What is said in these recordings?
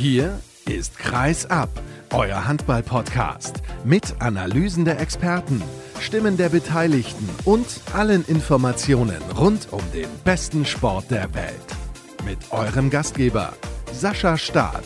Hier ist Kreis ab, euer Handball-Podcast mit Analysen der Experten, Stimmen der Beteiligten und allen Informationen rund um den besten Sport der Welt. Mit eurem Gastgeber Sascha Staat.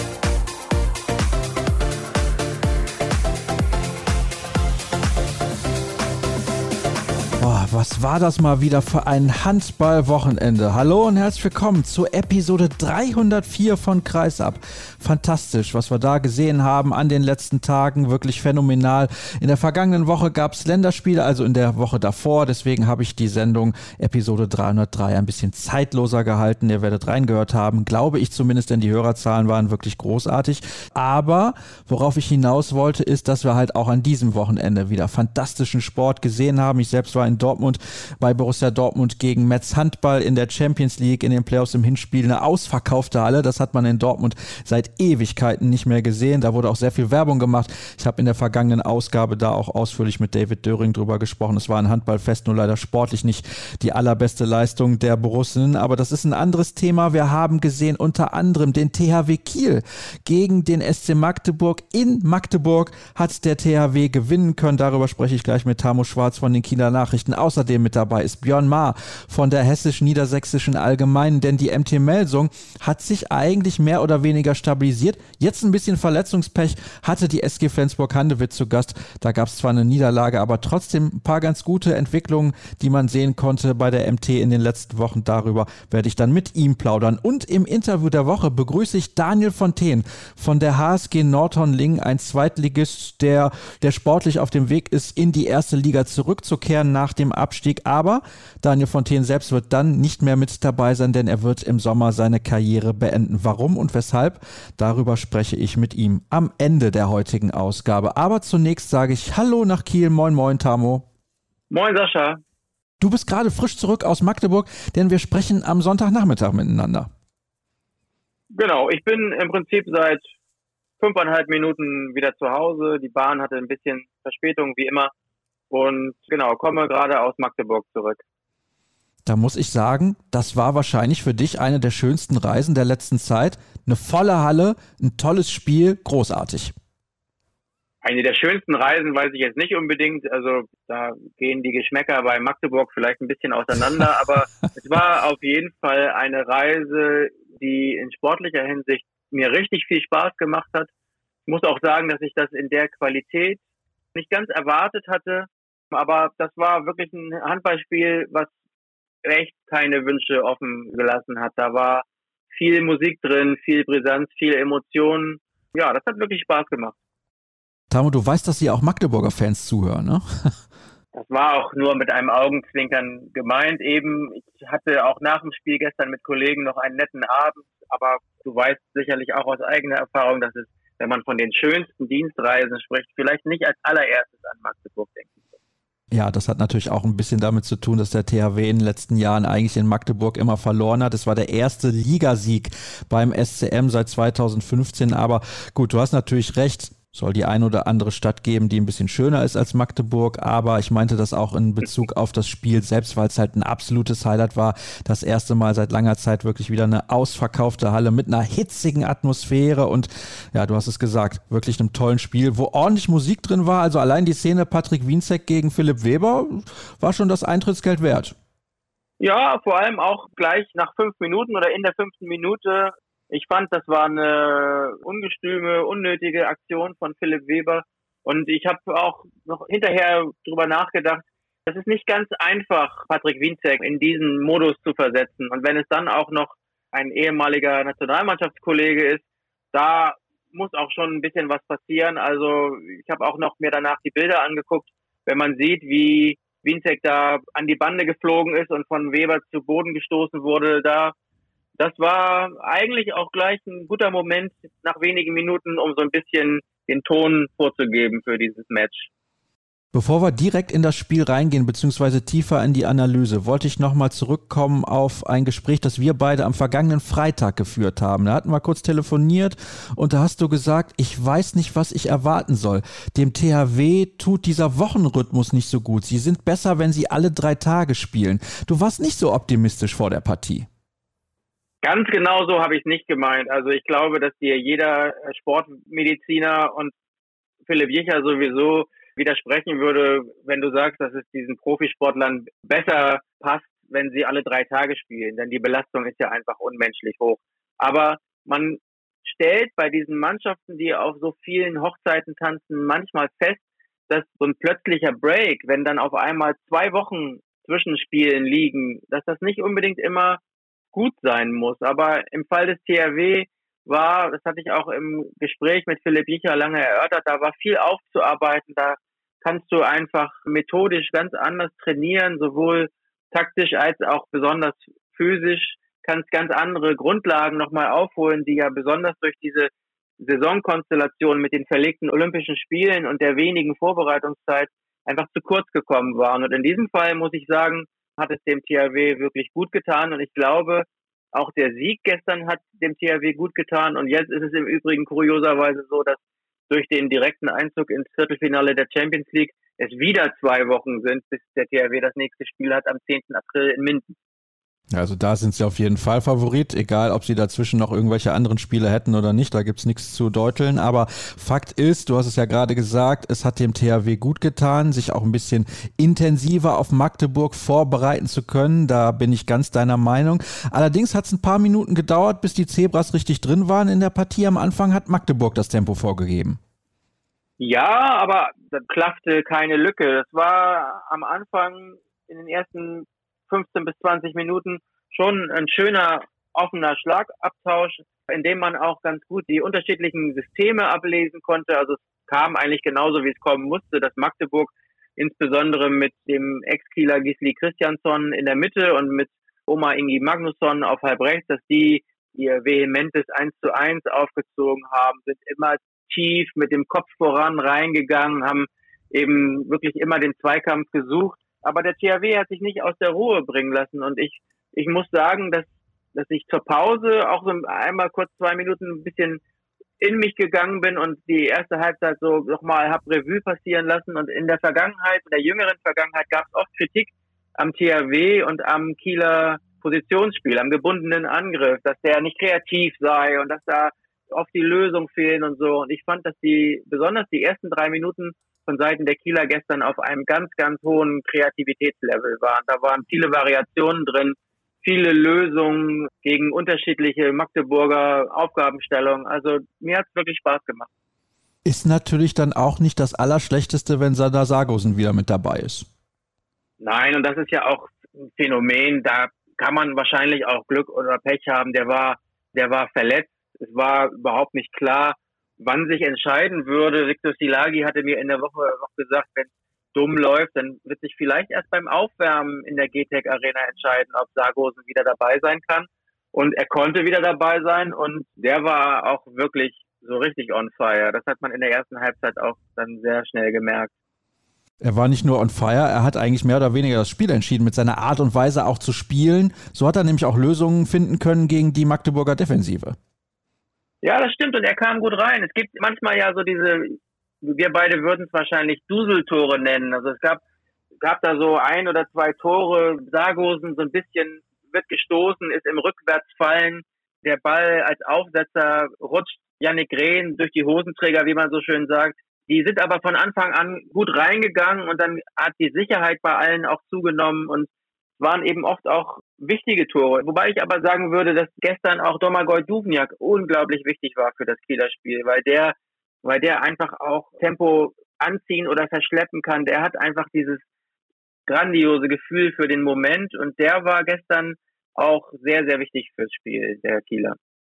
Was war das mal wieder für ein Handball-Wochenende? Hallo und herzlich willkommen zur Episode 304 von Kreis ab. Fantastisch, was wir da gesehen haben an den letzten Tagen, wirklich phänomenal. In der vergangenen Woche gab es Länderspiele, also in der Woche davor. Deswegen habe ich die Sendung Episode 303 ein bisschen zeitloser gehalten. Ihr werdet reingehört haben, glaube ich zumindest, denn die Hörerzahlen waren wirklich großartig. Aber worauf ich hinaus wollte, ist, dass wir halt auch an diesem Wochenende wieder fantastischen Sport gesehen haben. Ich selbst war in Dortmund bei Borussia Dortmund gegen Metz Handball in der Champions League in den Playoffs im Hinspiel. Eine ausverkaufte Halle, das hat man in Dortmund seit Ewigkeiten nicht mehr gesehen. Da wurde auch sehr viel Werbung gemacht. Ich habe in der vergangenen Ausgabe da auch ausführlich mit David Döring drüber gesprochen. Es war ein Handballfest, nur leider sportlich nicht die allerbeste Leistung der Borussen. Aber das ist ein anderes Thema. Wir haben gesehen unter anderem den THW Kiel gegen den SC Magdeburg. In Magdeburg hat der THW gewinnen können. Darüber spreche ich gleich mit Tamo Schwarz von den Kieler Nachrichten. Außerdem mit dabei ist Björn Maar von der Hessisch-Niedersächsischen Allgemeinen, denn die MT Melsung hat sich eigentlich mehr oder weniger stabilisiert. Jetzt ein bisschen Verletzungspech hatte die SG Flensburg-Handewitt zu Gast. Da gab es zwar eine Niederlage, aber trotzdem ein paar ganz gute Entwicklungen, die man sehen konnte bei der MT in den letzten Wochen. Darüber werde ich dann mit ihm plaudern. Und im Interview der Woche begrüße ich Daniel Fontaine von der HSG Nordhorn-Lingen, ein Zweitligist, der sportlich auf dem Weg ist, in die erste Liga zurückzukehren nach dem Abstieg. Aber Daniel Fontaine selbst wird dann nicht mehr mit dabei sein, denn er wird im Sommer seine Karriere beenden. Warum und weshalb? Darüber spreche ich mit ihm am Ende der heutigen Ausgabe. Aber zunächst sage ich Hallo nach Kiel. Moin, moin, Tamo. Moin, Sascha. Du bist gerade frisch zurück aus Magdeburg, denn wir sprechen am Sonntagnachmittag miteinander. Genau, ich bin im Prinzip seit 5,5 Minuten wieder zu Hause. Die Bahn hatte ein bisschen Verspätung, wie immer. Und genau, komme gerade aus Magdeburg zurück. Da muss ich sagen, das war wahrscheinlich für dich eine der schönsten Reisen der letzten Zeit. Eine volle Halle, ein tolles Spiel, großartig. Eine der schönsten Reisen weiß ich jetzt nicht unbedingt. Also da gehen die Geschmäcker bei Magdeburg vielleicht ein bisschen auseinander. Aber es war auf jeden Fall eine Reise, die in sportlicher Hinsicht mir richtig viel Spaß gemacht hat. Ich muss auch sagen, dass ich das in der Qualität nicht ganz erwartet hatte. Aber das war wirklich ein Handballspiel, was echt keine Wünsche offen gelassen hat. Da war viel Musik drin, viel Brisanz, viel Emotionen. Ja, das hat wirklich Spaß gemacht. Tamo, du weißt, dass hier auch Magdeburger Fans zuhören, ne? Das war auch nur mit einem Augenzwinkern gemeint eben. Ich hatte auch nach dem Spiel gestern mit Kollegen noch einen netten Abend. Aber du weißt sicherlich auch aus eigener Erfahrung, dass es, wenn man von den schönsten Dienstreisen spricht, vielleicht nicht als allererstes an Magdeburg denken wird. Ja, das hat natürlich auch ein bisschen damit zu tun, dass der THW in den letzten Jahren eigentlich in Magdeburg immer verloren hat. Es war der erste Ligasieg beim SCM seit 2015. Aber gut, du hast natürlich recht. Soll die ein oder andere Stadt geben, die ein bisschen schöner ist als Magdeburg, aber ich meinte das auch in Bezug auf das Spiel selbst, weil es halt ein absolutes Highlight war. Das erste Mal seit langer Zeit wirklich wieder eine ausverkaufte Halle mit einer hitzigen Atmosphäre und ja, du hast es gesagt, wirklich einem tollen Spiel, wo ordentlich Musik drin war. Also allein die Szene Patrick Wienzek gegen Philipp Weber war schon das Eintrittsgeld wert. Ja, vor allem auch gleich nach 5 Minuten oder in der 5. Minute. Ich fand, das war eine ungestüme, unnötige Aktion von Philipp Weber. Und ich habe auch noch hinterher drüber nachgedacht, es ist nicht ganz einfach, Patrick Wienzek in diesen Modus zu versetzen. Und wenn es dann auch noch ein ehemaliger Nationalmannschaftskollege ist, da muss auch schon ein bisschen was passieren. Also ich habe auch noch mir danach die Bilder angeguckt, wenn man sieht, wie Wienzek da an die Bande geflogen ist und von Weber zu Boden gestoßen wurde, das war eigentlich auch gleich ein guter Moment nach wenigen Minuten, um so ein bisschen den Ton vorzugeben für dieses Match. Bevor wir direkt in das Spiel reingehen, beziehungsweise tiefer in die Analyse, wollte ich nochmal zurückkommen auf ein Gespräch, das wir beide am vergangenen Freitag geführt haben. Da hatten wir kurz telefoniert und da hast du gesagt, ich weiß nicht, was ich erwarten soll. Dem THW tut dieser Wochenrhythmus nicht so gut. Sie sind besser, wenn sie alle 3 Tage spielen. Du warst nicht so optimistisch vor der Partie. Ganz genau so habe ich es nicht gemeint. Also ich glaube, dass dir jeder Sportmediziner und Philipp Jicher sowieso widersprechen würde, wenn du sagst, dass es diesen Profisportlern besser passt, wenn sie alle 3 Tage spielen. Denn die Belastung ist ja einfach unmenschlich hoch. Aber man stellt bei diesen Mannschaften, die auf so vielen Hochzeiten tanzen, manchmal fest, dass so ein plötzlicher Break, wenn dann auf einmal 2 Wochen zwischen Spielen liegen, dass das nicht unbedingt immer gut sein muss. Aber im Fall des THW das hatte ich auch im Gespräch mit Philipp Jicher lange erörtert, da war viel aufzuarbeiten, da kannst du einfach methodisch ganz anders trainieren, sowohl taktisch als auch besonders physisch, kannst ganz andere Grundlagen nochmal aufholen, die ja besonders durch diese Saisonkonstellation mit den verlegten Olympischen Spielen und der wenigen Vorbereitungszeit einfach zu kurz gekommen waren. Und in diesem Fall muss ich sagen, hat es dem THW wirklich gut getan und ich glaube, auch der Sieg gestern hat dem THW gut getan und jetzt ist es im Übrigen kurioserweise so, dass durch den direkten Einzug ins Viertelfinale der Champions League es wieder 2 Wochen sind, bis der THW das nächste Spiel hat am 10. April in Minden. Also da sind sie auf jeden Fall Favorit, egal ob sie dazwischen noch irgendwelche anderen Spiele hätten oder nicht, da gibt's nichts zu deuteln, aber Fakt ist, du hast es ja gerade gesagt, es hat dem THW gut getan, sich auch ein bisschen intensiver auf Magdeburg vorbereiten zu können, da bin ich ganz deiner Meinung. Allerdings hat es ein paar Minuten gedauert, bis die Zebras richtig drin waren in der Partie. Am Anfang hat Magdeburg das Tempo vorgegeben. Ja, aber da klaffte keine Lücke. Das war am Anfang in den ersten 15 bis 20 Minuten schon ein schöner, offener Schlagabtausch, in dem man auch ganz gut die unterschiedlichen Systeme ablesen konnte. Also es kam eigentlich genauso, wie es kommen musste, dass Magdeburg insbesondere mit dem Ex-Kieler Gisli Kristjansson in der Mitte und mit Omar Ingi Magnusson auf halb rechts, dass die ihr vehementes 1:1 aufgezogen haben, sind immer tief mit dem Kopf voran reingegangen, haben eben wirklich immer den Zweikampf gesucht. Aber der THW hat sich nicht aus der Ruhe bringen lassen. Und ich muss sagen, dass ich zur Pause auch so einmal kurz 2 Minuten ein bisschen in mich gegangen bin und die erste Halbzeit so nochmal hab Revue passieren lassen. Und in der Vergangenheit, in der jüngeren Vergangenheit gab es oft Kritik am THW und am Kieler Positionsspiel, am gebundenen Angriff, dass der nicht kreativ sei und dass da oft die Lösung fehlen und so. Und ich fand, dass besonders die ersten 3 Minuten von Seiten der Kieler gestern auf einem ganz, ganz hohen Kreativitätslevel waren. Da waren viele Variationen drin, viele Lösungen gegen unterschiedliche Magdeburger Aufgabenstellungen. Also mir hat es wirklich Spaß gemacht. Ist natürlich dann auch nicht das Allerschlechteste, wenn Sardar Sargosen wieder mit dabei ist. Nein, und das ist ja auch ein Phänomen, da kann man wahrscheinlich auch Glück oder Pech haben. Der war verletzt. Es war überhaupt nicht klar, wann sich entscheiden würde. Victor Silagi hatte mir in der Woche noch gesagt, wenn es dumm läuft, dann wird sich vielleicht erst beim Aufwärmen in der GTEC Arena entscheiden, ob Sargosen wieder dabei sein kann. Und er konnte wieder dabei sein und der war auch wirklich so richtig on fire. Das hat man in der ersten Halbzeit auch dann sehr schnell gemerkt. Er war nicht nur on fire, er hat eigentlich mehr oder weniger das Spiel entschieden mit seiner Art und Weise auch zu spielen. So hat er nämlich auch Lösungen finden können gegen die Magdeburger Defensive. Ja, das stimmt und er kam gut rein. Es gibt manchmal ja so wir beide würden es wahrscheinlich Duseltore nennen. Also es gab da so 1 oder 2 Tore, Sargosen so ein bisschen wird gestoßen, ist im Rückwärtsfallen, der Ball als Aufsetzer rutscht Yannick Rehn durch die Hosenträger, wie man so schön sagt. Die sind aber von Anfang an gut reingegangen und dann hat die Sicherheit bei allen auch zugenommen und waren eben oft auch wichtige Tore. Wobei ich aber sagen würde, dass gestern auch Domagoj Duvnjak unglaublich wichtig war für das Kieler Spiel, weil der einfach auch Tempo anziehen oder verschleppen kann. Der hat einfach dieses grandiose Gefühl für den Moment und der war gestern auch sehr, sehr wichtig fürs Spiel, der Kieler.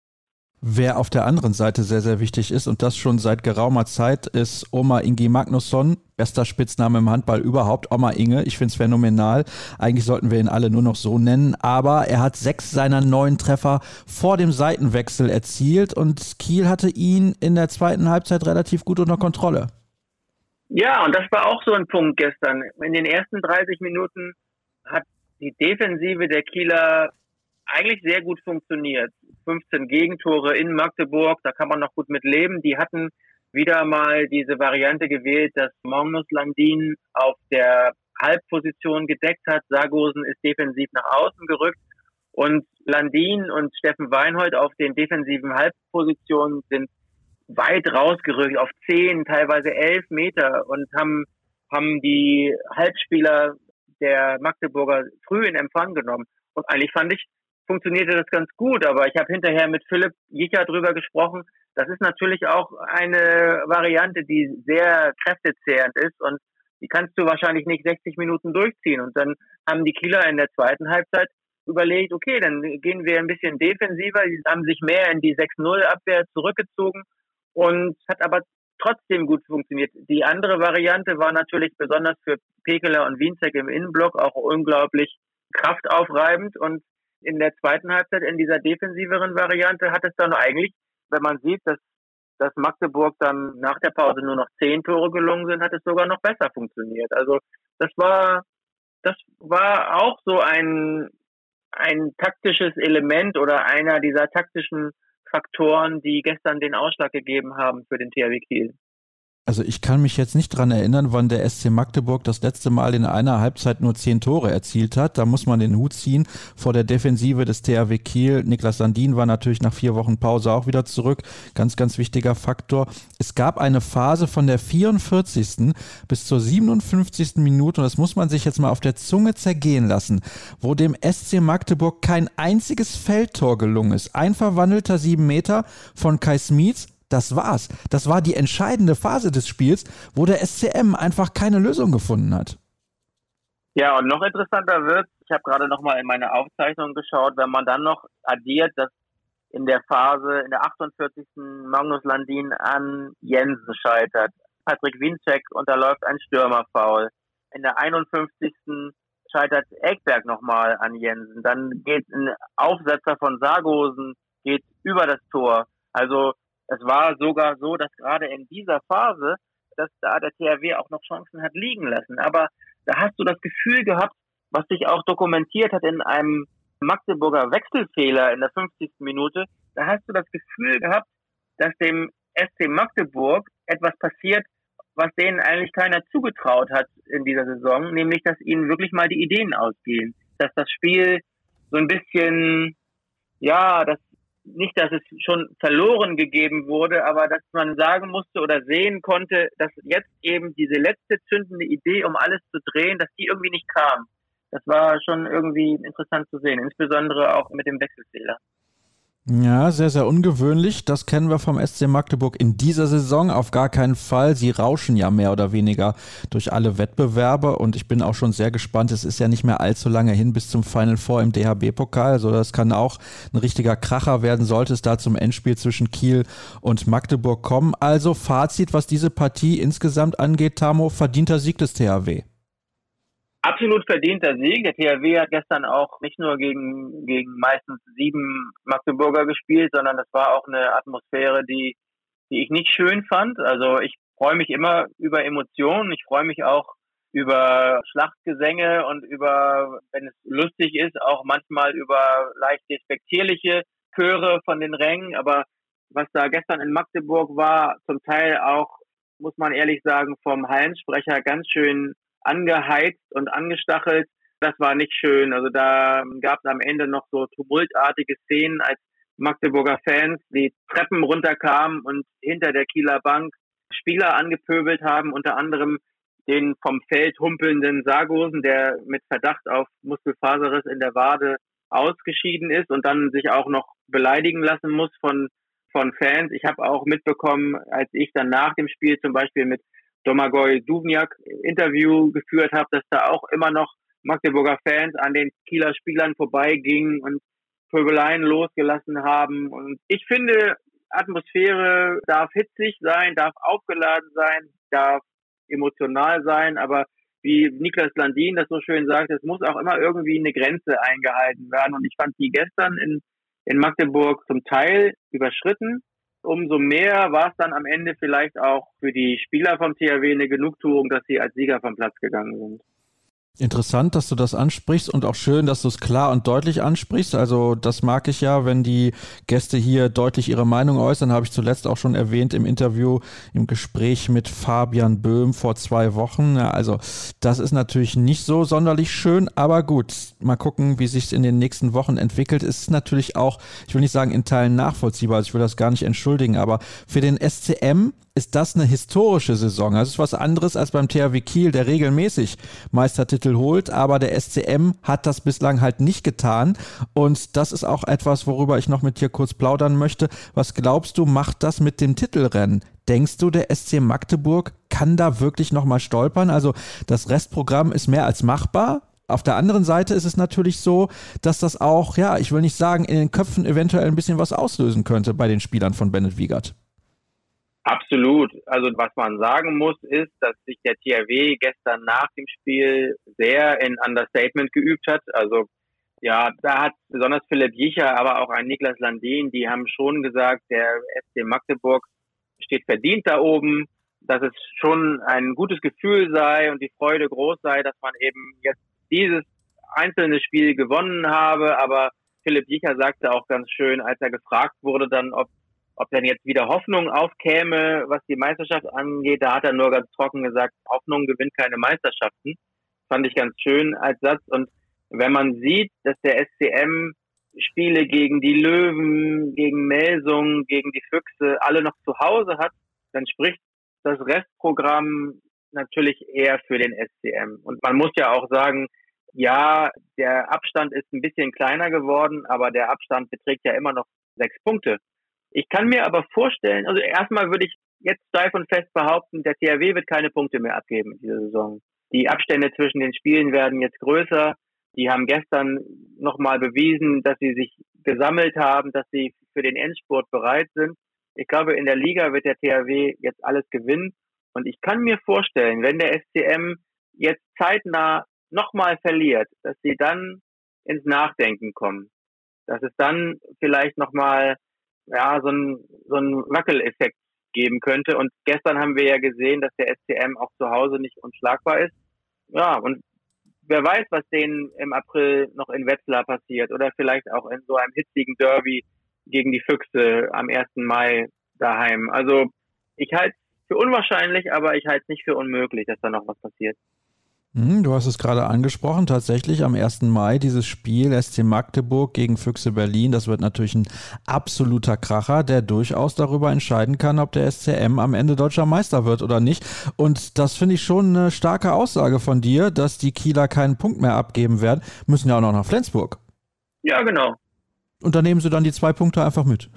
Wer auf der anderen Seite sehr, sehr wichtig ist und das schon seit geraumer Zeit, ist Omar Ingi Magnusson, bester Spitzname im Handball überhaupt, Omar Inge. Ich finde es phänomenal. Eigentlich sollten wir ihn alle nur noch so nennen, aber er hat 6 seiner 9 Treffer vor dem Seitenwechsel erzielt und Kiel hatte ihn in der zweiten Halbzeit relativ gut unter Kontrolle. Ja, und das war auch so ein Punkt gestern. In den ersten 30 Minuten hat die Defensive der Kieler eigentlich sehr gut funktioniert. 15 Gegentore in Magdeburg, da kann man noch gut mit leben. Die hatten wieder mal diese Variante gewählt, dass Magnus Landin auf der Halbposition gedeckt hat. Sargosen ist defensiv nach außen gerückt Und Landin und Steffen Weinhold auf den defensiven Halbpositionen sind weit rausgerückt auf 10, teilweise 11 Meter und haben die Halbspieler der Magdeburger früh in Empfang genommen. Und eigentlich fand ich, funktionierte das ganz gut, aber ich habe hinterher mit Philipp Jicher drüber gesprochen. Das ist natürlich auch eine Variante, die sehr kräftezehrend ist und die kannst du wahrscheinlich nicht 60 Minuten durchziehen. Und dann haben die Kieler in der zweiten Halbzeit überlegt, okay, dann gehen wir ein bisschen defensiver. Die haben sich mehr in die 6-0-Abwehr zurückgezogen und hat aber trotzdem gut funktioniert. Die andere Variante war natürlich besonders für Pekeler und Wienzek im Innenblock auch unglaublich kraftaufreibend. Und in der zweiten Halbzeit in dieser defensiveren Variante hat es dann eigentlich, wenn man sieht, dass Magdeburg dann nach der Pause nur noch 10 Tore gelungen sind, hat es sogar noch besser funktioniert. Also das war auch so ein taktisches Element oder einer dieser taktischen Faktoren, die gestern den Ausschlag gegeben haben für den THW Kiel. Also ich kann mich jetzt nicht dran erinnern, wann der SC Magdeburg das letzte Mal in einer Halbzeit nur 10 Tore erzielt hat. Da muss man den Hut ziehen vor der Defensive des THW Kiel. Niklas Landin war natürlich nach 4 Wochen Pause auch wieder zurück. Ganz, ganz wichtiger Faktor. Es gab eine Phase von der 44. bis zur 57. Minute, und das muss man sich jetzt mal auf der Zunge zergehen lassen, wo dem SC Magdeburg kein einziges Feldtor gelungen ist. Ein verwandelter 7 Meter von Kai Smits. Das war's. Das war die entscheidende Phase des Spiels, wo der SCM einfach keine Lösung gefunden hat. Ja, und noch interessanter wird, ich habe gerade noch mal in meine Aufzeichnung geschaut, wenn man dann noch addiert, dass in der Phase, in der 48. Magnus Landin an Jensen scheitert. Patrick Wienzek unterläuft ein Stürmerfoul. In der 51. scheitert Ekberg nochmal an Jensen. Dann geht ein Aufsetzer von Sargosen geht über das Tor. Also es war sogar so, dass gerade in dieser Phase, dass da der THW auch noch Chancen hat liegen lassen. Aber da hast du das Gefühl gehabt, was sich auch dokumentiert hat in einem Magdeburger Wechselfehler in der 50. Minute, da hast du das Gefühl gehabt, dass dem SC Magdeburg etwas passiert, was denen eigentlich keiner zugetraut hat in dieser Saison, nämlich, dass ihnen wirklich mal die Ideen ausgehen. Dass das Spiel so ein bisschen, ja, nicht, dass es schon verloren gegeben wurde, aber dass man sagen musste oder sehen konnte, dass jetzt eben diese letzte zündende Idee, um alles zu drehen, dass die irgendwie nicht kam. Das war schon irgendwie interessant zu sehen, insbesondere auch mit dem Wechselfehler. Ja, sehr, sehr ungewöhnlich. Das kennen wir vom SC Magdeburg in dieser Saison auf gar keinen Fall. Sie rauschen ja mehr oder weniger durch alle Wettbewerbe und ich bin auch schon sehr gespannt. Es ist ja nicht mehr allzu lange hin bis zum Final Four im DHB-Pokal. Also das kann auch ein richtiger Kracher werden, sollte es da zum Endspiel zwischen Kiel und Magdeburg kommen. Also Fazit, was diese Partie insgesamt angeht, Tamo, verdienter Sieg des THW. Absolut verdienter Sieg. Der THW hat gestern auch nicht nur gegen meistens 7 Magdeburger gespielt, sondern das war auch eine Atmosphäre, die ich nicht schön fand. Also ich freue mich immer über Emotionen. Ich freue mich auch über Schlachtgesänge und über, wenn es lustig ist, auch manchmal über leicht despektierliche Chöre von den Rängen. Aber was da gestern in Magdeburg war, zum Teil auch, muss man ehrlich sagen, vom Hallensprecher ganz schön angeheizt und angestachelt. Das war nicht schön. Also da gab es am Ende noch so tumultartige Szenen, als Magdeburger Fans die Treppen runterkamen und hinter der Kieler Bank Spieler angepöbelt haben, unter anderem den vom Feld humpelnden Sargosen, der mit Verdacht auf Muskelfaserriss in der Wade ausgeschieden ist und dann sich auch noch beleidigen lassen muss von Fans. Ich habe auch mitbekommen, als ich dann nach dem Spiel zum Beispiel mit Domagoj Duvniak Interview geführt habe, dass da auch immer noch Magdeburger Fans an den Kieler Spielern vorbeigingen und Pöbeleien losgelassen haben. Und ich finde, Atmosphäre darf hitzig sein, darf aufgeladen sein, darf emotional sein, aber wie Niklas Landin das so schön sagt, es muss auch immer irgendwie eine Grenze eingehalten werden. Und ich fand die gestern in Magdeburg zum Teil überschritten. Umso mehr war es dann am Ende vielleicht auch für die Spieler vom THW eine Genugtuung, dass sie als Sieger vom Platz gegangen sind. Interessant, dass du das ansprichst und auch schön, dass du es klar und deutlich ansprichst. Also das mag ich ja, wenn die Gäste hier deutlich ihre Meinung äußern. Habe ich zuletzt auch schon erwähnt im Interview, im Gespräch mit Fabian Böhm vor 2 Wochen. Ja, also das ist natürlich nicht so sonderlich schön, aber gut, mal gucken, wie sich es in den nächsten Wochen entwickelt. Es ist natürlich auch, ich will nicht sagen in Teilen nachvollziehbar, also ich will das gar nicht entschuldigen, aber für den SCM ist das eine historische Saison. Also es ist was anderes als beim THW Kiel, der regelmäßig Meistertitel holt, aber der SCM hat das bislang halt nicht getan und das ist auch etwas, worüber ich noch mit dir kurz plaudern möchte. Was glaubst du, macht das mit dem Titelrennen? Denkst du, der SC Magdeburg kann da wirklich nochmal stolpern? Also das Restprogramm ist mehr als machbar. Auf der anderen Seite ist es natürlich so, dass das auch, ja, ich will nicht sagen, in den Köpfen eventuell ein bisschen was auslösen könnte bei den Spielern von Bennett Wiegert. Absolut. Also was man sagen muss, ist, dass sich der THW gestern nach dem Spiel sehr in Understatement geübt hat. Also ja, da hat besonders Philipp Jicher, aber auch ein Niklas Landin, die haben schon gesagt, der SC Magdeburg steht verdient da oben, dass es schon ein gutes Gefühl sei und die Freude groß sei, dass man eben jetzt dieses einzelne Spiel gewonnen habe. Aber Philipp Jicher sagte auch ganz schön, als er gefragt wurde dann, ob denn jetzt wieder Hoffnung aufkäme, was die Meisterschaft angeht, da hat er nur ganz trocken gesagt, Hoffnung gewinnt keine Meisterschaften. Fand ich ganz schön als Satz. Und wenn man sieht, dass der SCM Spiele gegen die Löwen, gegen Melsungen, gegen die Füchse alle noch zu Hause hat, dann spricht das Restprogramm natürlich eher für den SCM. Und man muss ja auch sagen, ja, der Abstand ist ein bisschen kleiner geworden, aber der Abstand beträgt ja immer noch 6 Punkte. Ich kann mir aber vorstellen, also erstmal würde ich jetzt steif und fest behaupten, der THW wird keine Punkte mehr abgeben in dieser Saison. Die Abstände zwischen den Spielen werden jetzt größer. Die haben gestern nochmal bewiesen, dass sie sich gesammelt haben, dass sie für den Endspurt bereit sind. Ich glaube, in der Liga wird der THW jetzt alles gewinnen. Und ich kann mir vorstellen, wenn der SCM jetzt zeitnah nochmal verliert, dass sie dann ins Nachdenken kommen. Dass es dann vielleicht nochmal so ein Wackeleffekt geben könnte. Und gestern haben wir ja gesehen, dass der SCM auch zu Hause nicht unschlagbar ist. Ja, und wer weiß, was denen im April noch in Wetzlar passiert oder vielleicht auch in so einem hitzigen Derby gegen die Füchse am 1. Mai daheim. Also ich halte es für unwahrscheinlich, aber ich halte es nicht für unmöglich, dass da noch was passiert. Du hast es gerade angesprochen, tatsächlich am 1. Mai dieses Spiel SC Magdeburg gegen Füchse Berlin, das wird natürlich ein absoluter Kracher, der durchaus darüber entscheiden kann, ob der SCM am Ende deutscher Meister wird oder nicht. Und das finde ich schon eine starke Aussage von dir, dass die Kieler keinen Punkt mehr abgeben werden, müssen ja auch noch nach Flensburg. Ja, genau. Und dann nehmen sie dann die 2 Punkte einfach mit.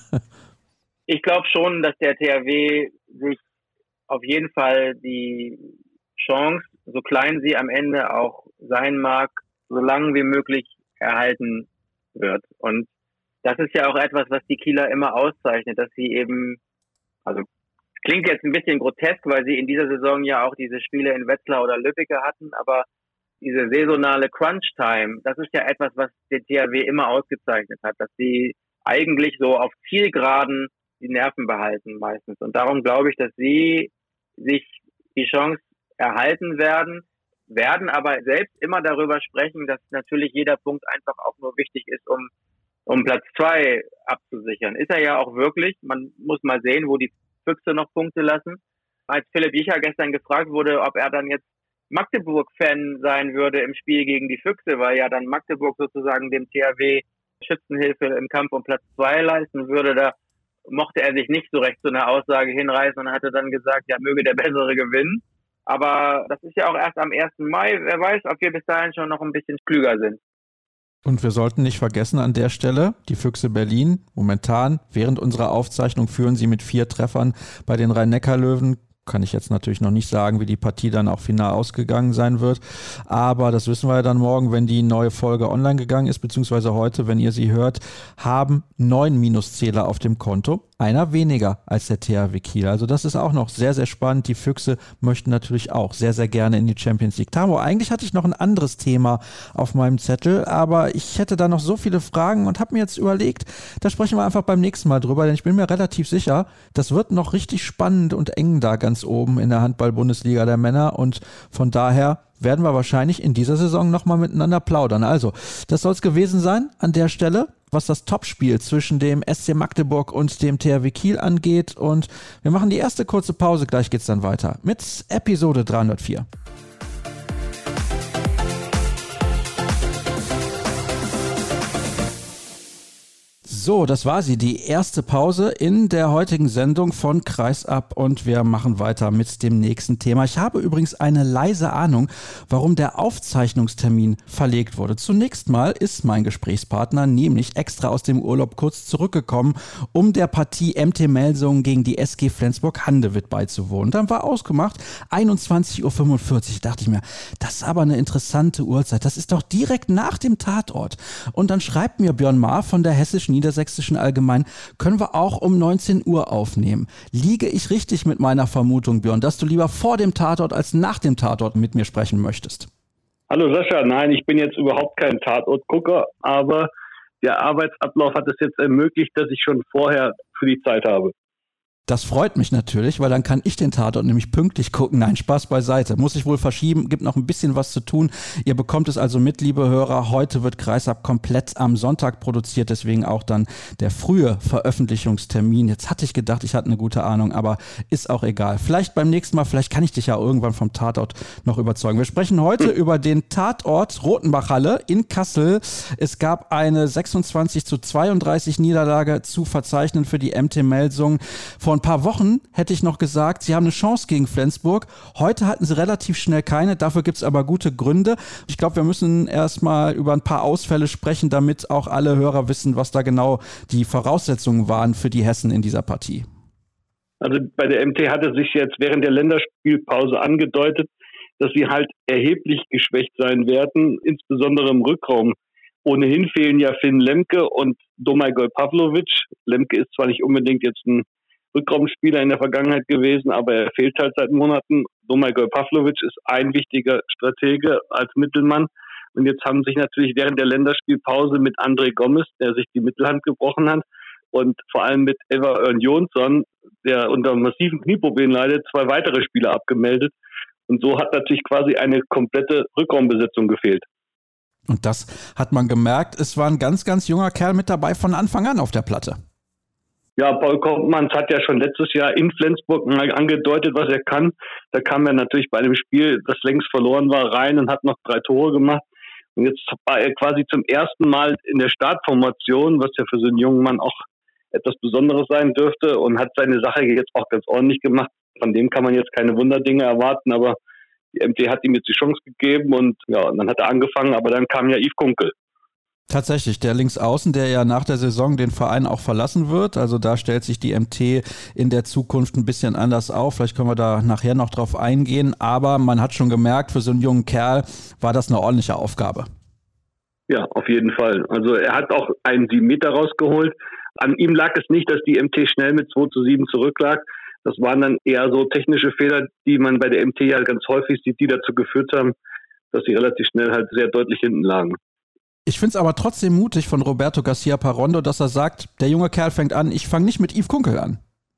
Ich glaube schon, dass der THW sich auf jeden Fall die Chance, so klein sie am Ende auch sein mag, so lange wie möglich erhalten wird. Und das ist ja auch etwas, was die Kieler immer auszeichnet, dass sie eben, also klingt jetzt ein bisschen grotesk, weil sie in dieser Saison ja auch diese Spiele in Wetzlar oder Lübbecke hatten, aber diese saisonale Crunch-Time, das ist ja etwas, was der THW immer ausgezeichnet hat, dass sie eigentlich so auf Zielgeraden die Nerven behalten meistens. Und darum glaube ich, dass sie sich die Chance erhalten werden aber selbst immer darüber sprechen, dass natürlich jeder Punkt einfach auch nur wichtig ist, um Platz 2 abzusichern. Ist er ja auch wirklich. Man muss mal sehen, wo die Füchse noch Punkte lassen. Als Philipp Jicher gestern gefragt wurde, ob er dann jetzt Magdeburg-Fan sein würde im Spiel gegen die Füchse, weil ja dann Magdeburg sozusagen dem THW Schützenhilfe im Kampf um Platz 2 leisten würde, da mochte er sich nicht so recht zu einer Aussage hinreißen und hatte dann gesagt, ja, möge der Bessere gewinnen. Aber das ist ja auch erst am 1. Mai. Wer weiß, ob wir bis dahin schon noch ein bisschen klüger sind. Und wir sollten nicht vergessen an der Stelle, die Füchse Berlin, momentan während unserer Aufzeichnung führen sie mit 4 Treffern bei den Rhein-Neckar-Löwen. Kann ich jetzt natürlich noch nicht sagen, wie die Partie dann auch final ausgegangen sein wird. Aber das wissen wir ja dann morgen, wenn die neue Folge online gegangen ist, beziehungsweise heute, wenn ihr sie hört, haben 9 Minuszähler auf dem Konto. Einer weniger als der THW Kiel. Also das ist auch noch sehr, sehr spannend. Die Füchse möchten natürlich auch sehr, sehr gerne in die Champions League. Tamo, eigentlich hatte ich noch ein anderes Thema auf meinem Zettel, aber ich hätte da noch so viele Fragen und habe mir jetzt überlegt, da sprechen wir einfach beim nächsten Mal drüber, denn ich bin mir relativ sicher, das wird noch richtig spannend und eng da ganz oben in der Handball-Bundesliga der Männer und von daher werden wir wahrscheinlich in dieser Saison nochmal miteinander plaudern. Also, das soll es gewesen sein an der Stelle, was das Topspiel zwischen dem SC Magdeburg und dem THW Kiel angeht. Und wir machen die erste kurze Pause, gleich geht's dann weiter mit Episode 304. So, das war sie, die erste Pause in der heutigen Sendung von Kreisab und wir machen weiter mit dem nächsten Thema. Ich habe übrigens eine leise Ahnung, warum der Aufzeichnungstermin verlegt wurde. Zunächst mal ist mein Gesprächspartner nämlich extra aus dem Urlaub kurz zurückgekommen, um der Partie MT Melsungen gegen die SG Flensburg-Handewitt beizuwohnen. Dann war ausgemacht 21:45 Uhr. Dachte ich mir, das ist aber eine interessante Uhrzeit. Das ist doch direkt nach dem Tatort. Und dann schreibt mir Björn Maar von der Hessisch-Niedersächsischen Allgemeinen, können wir auch um 19 Uhr aufnehmen. Liege ich richtig mit meiner Vermutung, Björn, dass du lieber vor dem Tatort als nach dem Tatort mit mir sprechen möchtest? Hallo Sascha, nein, ich bin jetzt überhaupt kein Tatortgucker, aber der Arbeitsablauf hat es jetzt ermöglicht, dass ich schon vorher für die Zeit habe. Das freut mich natürlich, weil dann kann ich den Tatort nämlich pünktlich gucken. Nein, Spaß beiseite. Muss ich wohl verschieben, gibt noch ein bisschen was zu tun. Ihr bekommt es also mit, liebe Hörer. Heute wird Kreisab komplett am Sonntag produziert, deswegen auch dann der frühe Veröffentlichungstermin. Jetzt hatte ich gedacht, ich hatte eine gute Ahnung, aber ist auch egal. Vielleicht beim nächsten Mal, vielleicht kann ich dich ja irgendwann vom Tatort noch überzeugen. Wir sprechen heute über den Tatort Rotenbachhalle in Kassel. Es gab eine 26:32 Niederlage zu verzeichnen für die MT Melsungen. Vor ein paar Wochen hätte ich noch gesagt, sie haben eine Chance gegen Flensburg. Heute hatten sie relativ schnell keine, dafür gibt es aber gute Gründe. Ich glaube, wir müssen erstmal über ein paar Ausfälle sprechen, damit auch alle Hörer wissen, was da genau die Voraussetzungen waren für die Hessen in dieser Partie. Also bei der MT hatte sich jetzt während der Länderspielpause angedeutet, dass sie halt erheblich geschwächt sein werden, insbesondere im Rückraum. Ohnehin fehlen ja Finn Lemke und Domagoj Pavlovic. Lemke ist zwar nicht unbedingt jetzt ein Rückraumspieler in der Vergangenheit gewesen, aber er fehlt halt seit Monaten. Domagoj Pavlovic ist ein wichtiger Stratege als Mittelmann. Und jetzt haben sich natürlich während der Länderspielpause mit André Gomes, der sich die Mittelhand gebrochen hat, und vor allem mit Eva Örn-Jonsson, der unter massiven Knieproblemen leidet, 2 weitere Spieler abgemeldet. Und so hat natürlich quasi eine komplette Rückraumbesetzung gefehlt. Und das hat man gemerkt. Es war ein ganz, ganz junger Kerl mit dabei von Anfang an auf der Platte. Ja, Paul Koopmans hat ja schon letztes Jahr in Flensburg mal angedeutet, was er kann. Da kam er natürlich bei einem Spiel, das längst verloren war, rein und hat noch 3 Tore gemacht. Und jetzt war er quasi zum ersten Mal in der Startformation, was ja für so einen jungen Mann auch etwas Besonderes sein dürfte, und hat seine Sache jetzt auch ganz ordentlich gemacht. Von dem kann man jetzt keine Wunderdinge erwarten, aber die MT hat ihm jetzt die Chance gegeben und ja, und dann hat er angefangen, aber dann kam ja Yves Kunkel. Tatsächlich, der Linksaußen, der ja nach der Saison den Verein auch verlassen wird. Also da stellt sich die MT in der Zukunft ein bisschen anders auf. Vielleicht können wir da nachher noch drauf eingehen. Aber man hat schon gemerkt, für so einen jungen Kerl war das eine ordentliche Aufgabe. Ja, auf jeden Fall. Also er hat auch einen 7 Meter rausgeholt. An ihm lag es nicht, dass die MT schnell mit 2:7 zurücklag. Das waren dann eher so technische Fehler, die man bei der MT ja ganz häufig sieht, die dazu geführt haben, dass sie relativ schnell halt sehr deutlich hinten lagen. Ich finde es aber trotzdem mutig von Roberto Garcia Parrondo, dass er sagt, der junge Kerl fängt an, ich fange nicht mit Yves Kunkel an.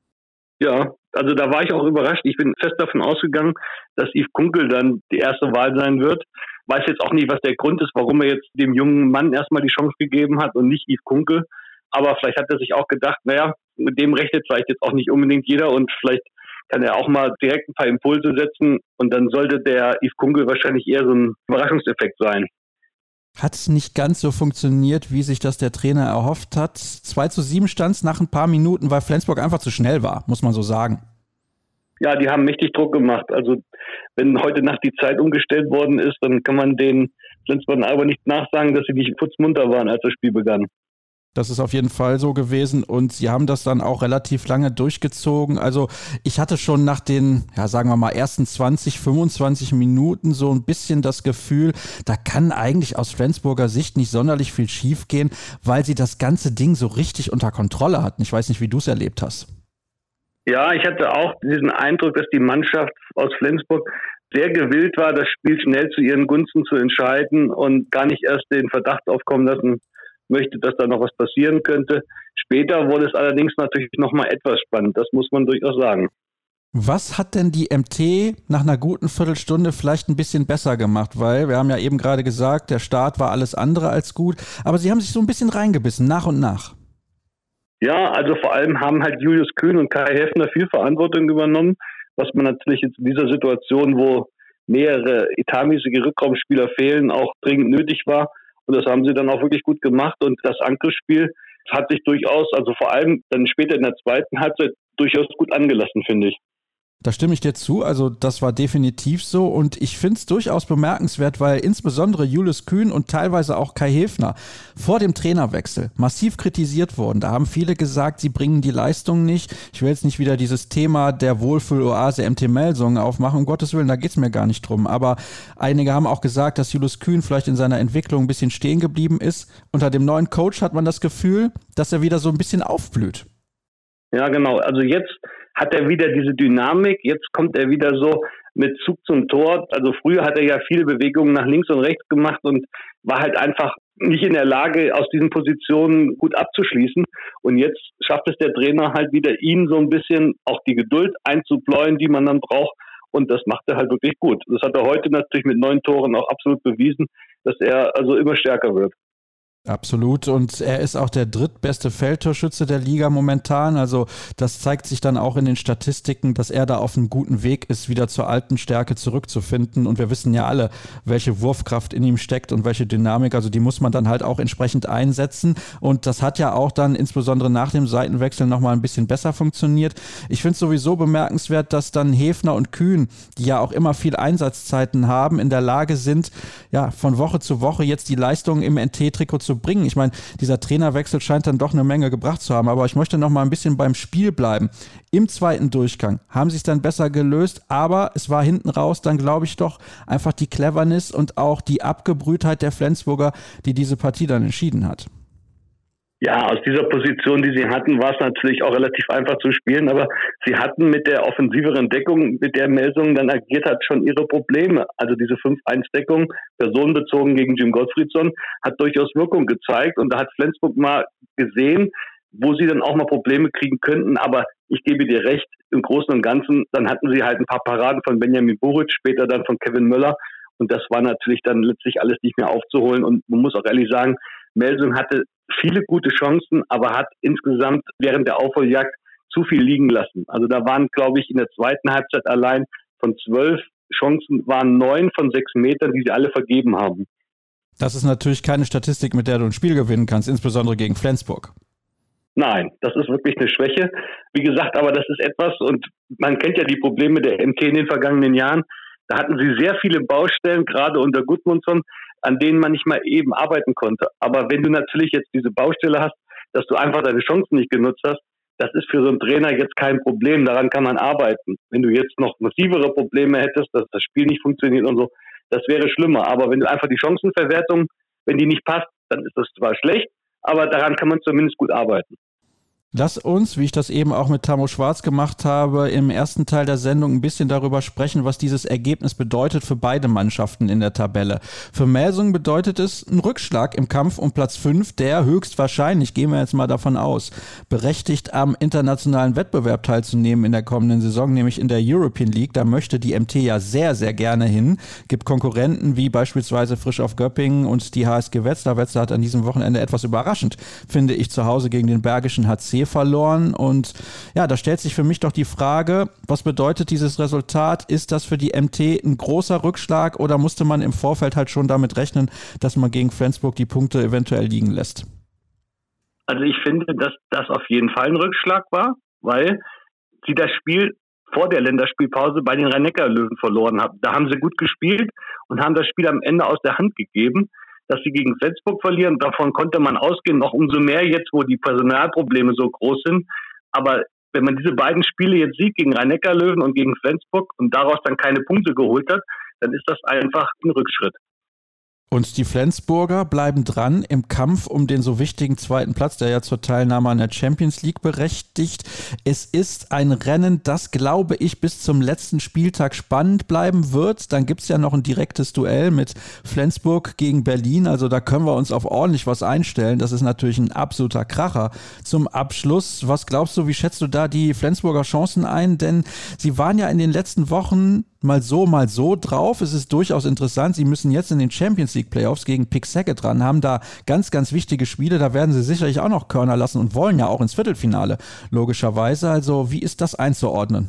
Ja, also da war ich auch überrascht. Ich bin fest davon ausgegangen, dass Yves Kunkel dann die erste Wahl sein wird. Weiß jetzt auch nicht, was der Grund ist, warum er jetzt dem jungen Mann erstmal die Chance gegeben hat und nicht Yves Kunkel. Aber vielleicht hat er sich auch gedacht, naja, mit dem rechnet vielleicht jetzt auch nicht unbedingt jeder und vielleicht kann er auch mal direkt ein paar Impulse setzen und dann sollte der Yves Kunkel wahrscheinlich eher so ein Überraschungseffekt sein. Hat es nicht ganz so funktioniert, wie sich das der Trainer erhofft hat. 2:7 stand es nach ein paar Minuten, weil Flensburg einfach zu schnell war, muss man so sagen. Ja, die haben mächtig Druck gemacht. Also wenn heute Nacht die Zeit umgestellt worden ist, dann kann man den Flensburgern aber nicht nachsagen, dass sie nicht putzmunter waren, als das Spiel begann. Das ist auf jeden Fall so gewesen und sie haben das dann auch relativ lange durchgezogen. Also ich hatte schon nach den, ja sagen wir mal, ersten 20, 25 Minuten so ein bisschen das Gefühl, da kann eigentlich aus Flensburger Sicht nicht sonderlich viel schiefgehen, weil sie das ganze Ding so richtig unter Kontrolle hatten. Ich weiß nicht, wie du es erlebt hast. Ja, ich hatte auch diesen Eindruck, dass die Mannschaft aus Flensburg sehr gewillt war, das Spiel schnell zu ihren Gunsten zu entscheiden und gar nicht erst den Verdacht aufkommen lassen möchte, dass da noch was passieren könnte. Später wurde es allerdings natürlich noch mal etwas spannend, das muss man durchaus sagen. Was hat denn die MT nach einer guten Viertelstunde vielleicht ein bisschen besser gemacht? Weil wir haben ja eben gerade gesagt, der Start war alles andere als gut, aber sie haben sich so ein bisschen reingebissen, nach und nach. Ja, also vor allem haben halt Julius Kühn und Kai Heffner viel Verantwortung übernommen, was man natürlich jetzt in dieser Situation, wo mehrere etatmäßige Rückraumspieler fehlen, auch dringend nötig war. Und das haben sie dann auch wirklich gut gemacht. Und das Angriffsspiel hat sich durchaus, also vor allem dann später in der zweiten Halbzeit, durchaus gut angelassen, finde ich. Da stimme ich dir zu, also das war definitiv so und ich finde es durchaus bemerkenswert, weil insbesondere Julius Kühn und teilweise auch Kai Heffner vor dem Trainerwechsel massiv kritisiert wurden. Da haben viele gesagt, sie bringen die Leistung nicht. Ich will jetzt nicht wieder dieses Thema der Wohlfühloase MT Melsungen aufmachen, um Gottes Willen, da geht es mir gar nicht drum. Aber einige haben auch gesagt, dass Julius Kühn vielleicht in seiner Entwicklung ein bisschen stehen geblieben ist. Unter dem neuen Coach hat man das Gefühl, dass er wieder so ein bisschen aufblüht. Ja, genau. Also jetzt hat er wieder diese Dynamik. Jetzt kommt er wieder so mit Zug zum Tor. Also früher hat er ja viele Bewegungen nach links und rechts gemacht und war halt einfach nicht in der Lage, aus diesen Positionen gut abzuschließen. Und jetzt schafft es der Trainer halt wieder, ihm so ein bisschen auch die Geduld einzubläuen, die man dann braucht. Und das macht er halt wirklich gut. Das hat er heute natürlich mit 9 Toren auch absolut bewiesen, dass er also immer stärker wird. Absolut und er ist auch der drittbeste Feldtorschütze der Liga momentan, also das zeigt sich dann auch in den Statistiken, dass er da auf einem guten Weg ist, wieder zur alten Stärke zurückzufinden und wir wissen ja alle, welche Wurfkraft in ihm steckt und welche Dynamik, also die muss man dann halt auch entsprechend einsetzen und das hat ja auch dann insbesondere nach dem Seitenwechsel nochmal ein bisschen besser funktioniert. Ich finde es sowieso bemerkenswert, dass dann Heffner und Kühn, die ja auch immer viel Einsatzzeiten haben, in der Lage sind, ja von Woche zu Woche jetzt die Leistungen im NT-Trikot zu bringen. Ich meine, dieser Trainerwechsel scheint dann doch eine Menge gebracht zu haben, aber ich möchte noch mal ein bisschen beim Spiel bleiben. Im zweiten Durchgang haben sie es dann besser gelöst, aber es war hinten raus dann, glaube ich, doch einfach die Cleverness und auch die Abgebrühtheit der Flensburger, die diese Partie dann entschieden hat. Ja, aus dieser Position, die sie hatten, war es natürlich auch relativ einfach zu spielen, aber sie hatten mit der offensiveren Deckung, mit der Melsungen dann agiert hat, schon ihre Probleme. Also diese 5-1-Deckung, personenbezogen gegen Jim Gottfriedson, hat durchaus Wirkung gezeigt und da hat Flensburg mal gesehen, wo sie dann auch mal Probleme kriegen könnten, aber ich gebe dir recht, im Großen und Ganzen, dann hatten sie halt ein paar Paraden von Benjamin Buric, später dann von Kevin Möller und das war natürlich dann letztlich alles nicht mehr aufzuholen und man muss auch ehrlich sagen, Melsungen hatte viele gute Chancen, aber hat insgesamt während der Aufholjagd zu viel liegen lassen. Also da waren, glaube ich, in der zweiten Halbzeit allein von 12 Chancen waren 9 von 6 Metern, die sie alle vergeben haben. Das ist natürlich keine Statistik, mit der du ein Spiel gewinnen kannst, insbesondere gegen Flensburg. Nein, das ist wirklich eine Schwäche. Wie gesagt, aber das ist etwas, und man kennt ja die Probleme der MT in den vergangenen Jahren. Da hatten sie sehr viele Baustellen, gerade unter Gudmundsson, an denen man nicht mal eben arbeiten konnte. Aber wenn du natürlich jetzt diese Baustelle hast, dass du einfach deine Chancen nicht genutzt hast, das ist für so einen Trainer jetzt kein Problem. Daran kann man arbeiten. Wenn du jetzt noch massivere Probleme hättest, dass das Spiel nicht funktioniert und so, das wäre schlimmer. Aber wenn du einfach die Chancenverwertung, wenn die nicht passt, dann ist das zwar schlecht, aber daran kann man zumindest gut arbeiten. Lass uns, wie ich das eben auch mit Tamo Schwarz gemacht habe, im ersten Teil der Sendung ein bisschen darüber sprechen, was dieses Ergebnis bedeutet für beide Mannschaften in der Tabelle. Für Melsungen bedeutet es einen Rückschlag im Kampf um Platz 5, der höchstwahrscheinlich, gehen wir jetzt mal davon aus, berechtigt am internationalen Wettbewerb teilzunehmen in der kommenden Saison, nämlich in der European League. Da möchte die MT ja sehr, sehr gerne hin. Gibt Konkurrenten wie beispielsweise Frisch auf Göppingen und die HSG Wetzlar. Wetzlar hat an diesem Wochenende etwas überraschend, finde ich, zu Hause gegen den Bergischen HC verloren und ja, da stellt sich für mich doch die Frage, was bedeutet dieses Resultat? Ist das für die MT ein großer Rückschlag oder musste man im Vorfeld halt schon damit rechnen, dass man gegen Flensburg die Punkte eventuell liegen lässt? Also ich finde, dass das auf jeden Fall ein Rückschlag war, weil sie das Spiel vor der Länderspielpause bei den Rhein-Neckar-Löwen verloren haben. Da haben sie gut gespielt und haben das Spiel am Ende aus der Hand gegeben. Dass sie gegen Flensburg verlieren, davon konnte man ausgehen, noch umso mehr jetzt, wo die Personalprobleme so groß sind. Aber wenn man diese beiden Spiele jetzt sieht, gegen Rhein-Neckar-Löwen und gegen Flensburg und daraus dann keine Punkte geholt hat, dann ist das einfach ein Rückschritt. Und die Flensburger bleiben dran im Kampf um den so wichtigen zweiten Platz, der ja zur Teilnahme an der Champions League berechtigt. Es ist ein Rennen, das, glaube ich, bis zum letzten Spieltag spannend bleiben wird. Dann gibt es ja noch ein direktes Duell mit Flensburg gegen Berlin. Also da können wir uns auf ordentlich was einstellen. Das ist natürlich ein absoluter Kracher. Zum Abschluss, was glaubst du, wie schätzt du da die Flensburger Chancen ein? Denn sie waren ja in den letzten Wochen mal so drauf. Es ist durchaus interessant. Sie müssen jetzt in den Champions League Playoffs gegen Pick Szeged dran, haben da ganz, ganz wichtige Spiele. Da werden sie sicherlich auch noch Körner lassen und wollen ja auch ins Viertelfinale, logischerweise. Also wie ist das einzuordnen?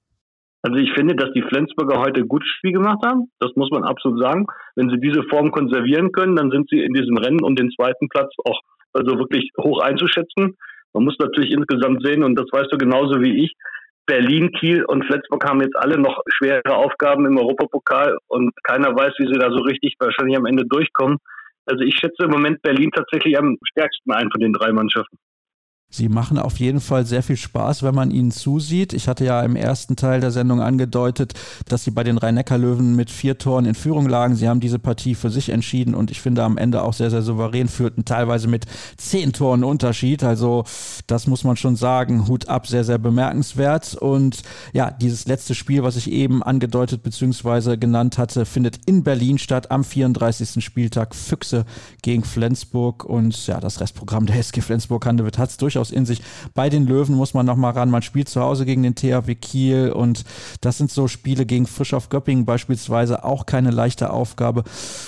Also ich finde, dass die Flensburger heute ein gutes Spiel gemacht haben. Das muss man absolut sagen. Wenn sie diese Form konservieren können, dann sind sie in diesem Rennen um den zweiten Platz auch also wirklich hoch einzuschätzen. Man muss natürlich insgesamt sehen, und das weißt du genauso wie ich, Berlin, Kiel und Flensburg haben jetzt alle noch schwere Aufgaben im Europapokal und keiner weiß, wie sie da so richtig wahrscheinlich am Ende durchkommen. Also ich schätze im Moment Berlin tatsächlich am stärksten ein von den drei Mannschaften. Sie machen auf jeden Fall sehr viel Spaß, wenn man ihnen zusieht. Ich hatte ja im ersten Teil der Sendung angedeutet, dass sie bei den Rhein-Neckar-Löwen mit 4 Toren in Führung lagen. Sie haben diese Partie für sich entschieden und ich finde am Ende auch sehr, sehr souverän, führten teilweise mit 10 Toren Unterschied. Also das muss man schon sagen, Hut ab, sehr, sehr bemerkenswert. Und ja, dieses letzte Spiel, was ich eben angedeutet bzw. genannt hatte, findet in Berlin statt am 34. Spieltag. Füchse gegen Flensburg und ja, das Restprogramm der SG Flensburg-Handewitt hat es durchaus in sich. Bei den Löwen muss man nochmal ran. Man spielt zu Hause gegen den THW Kiel und das sind so Spiele gegen Frischhoff Göppingen beispielsweise auch keine leichte Aufgabe.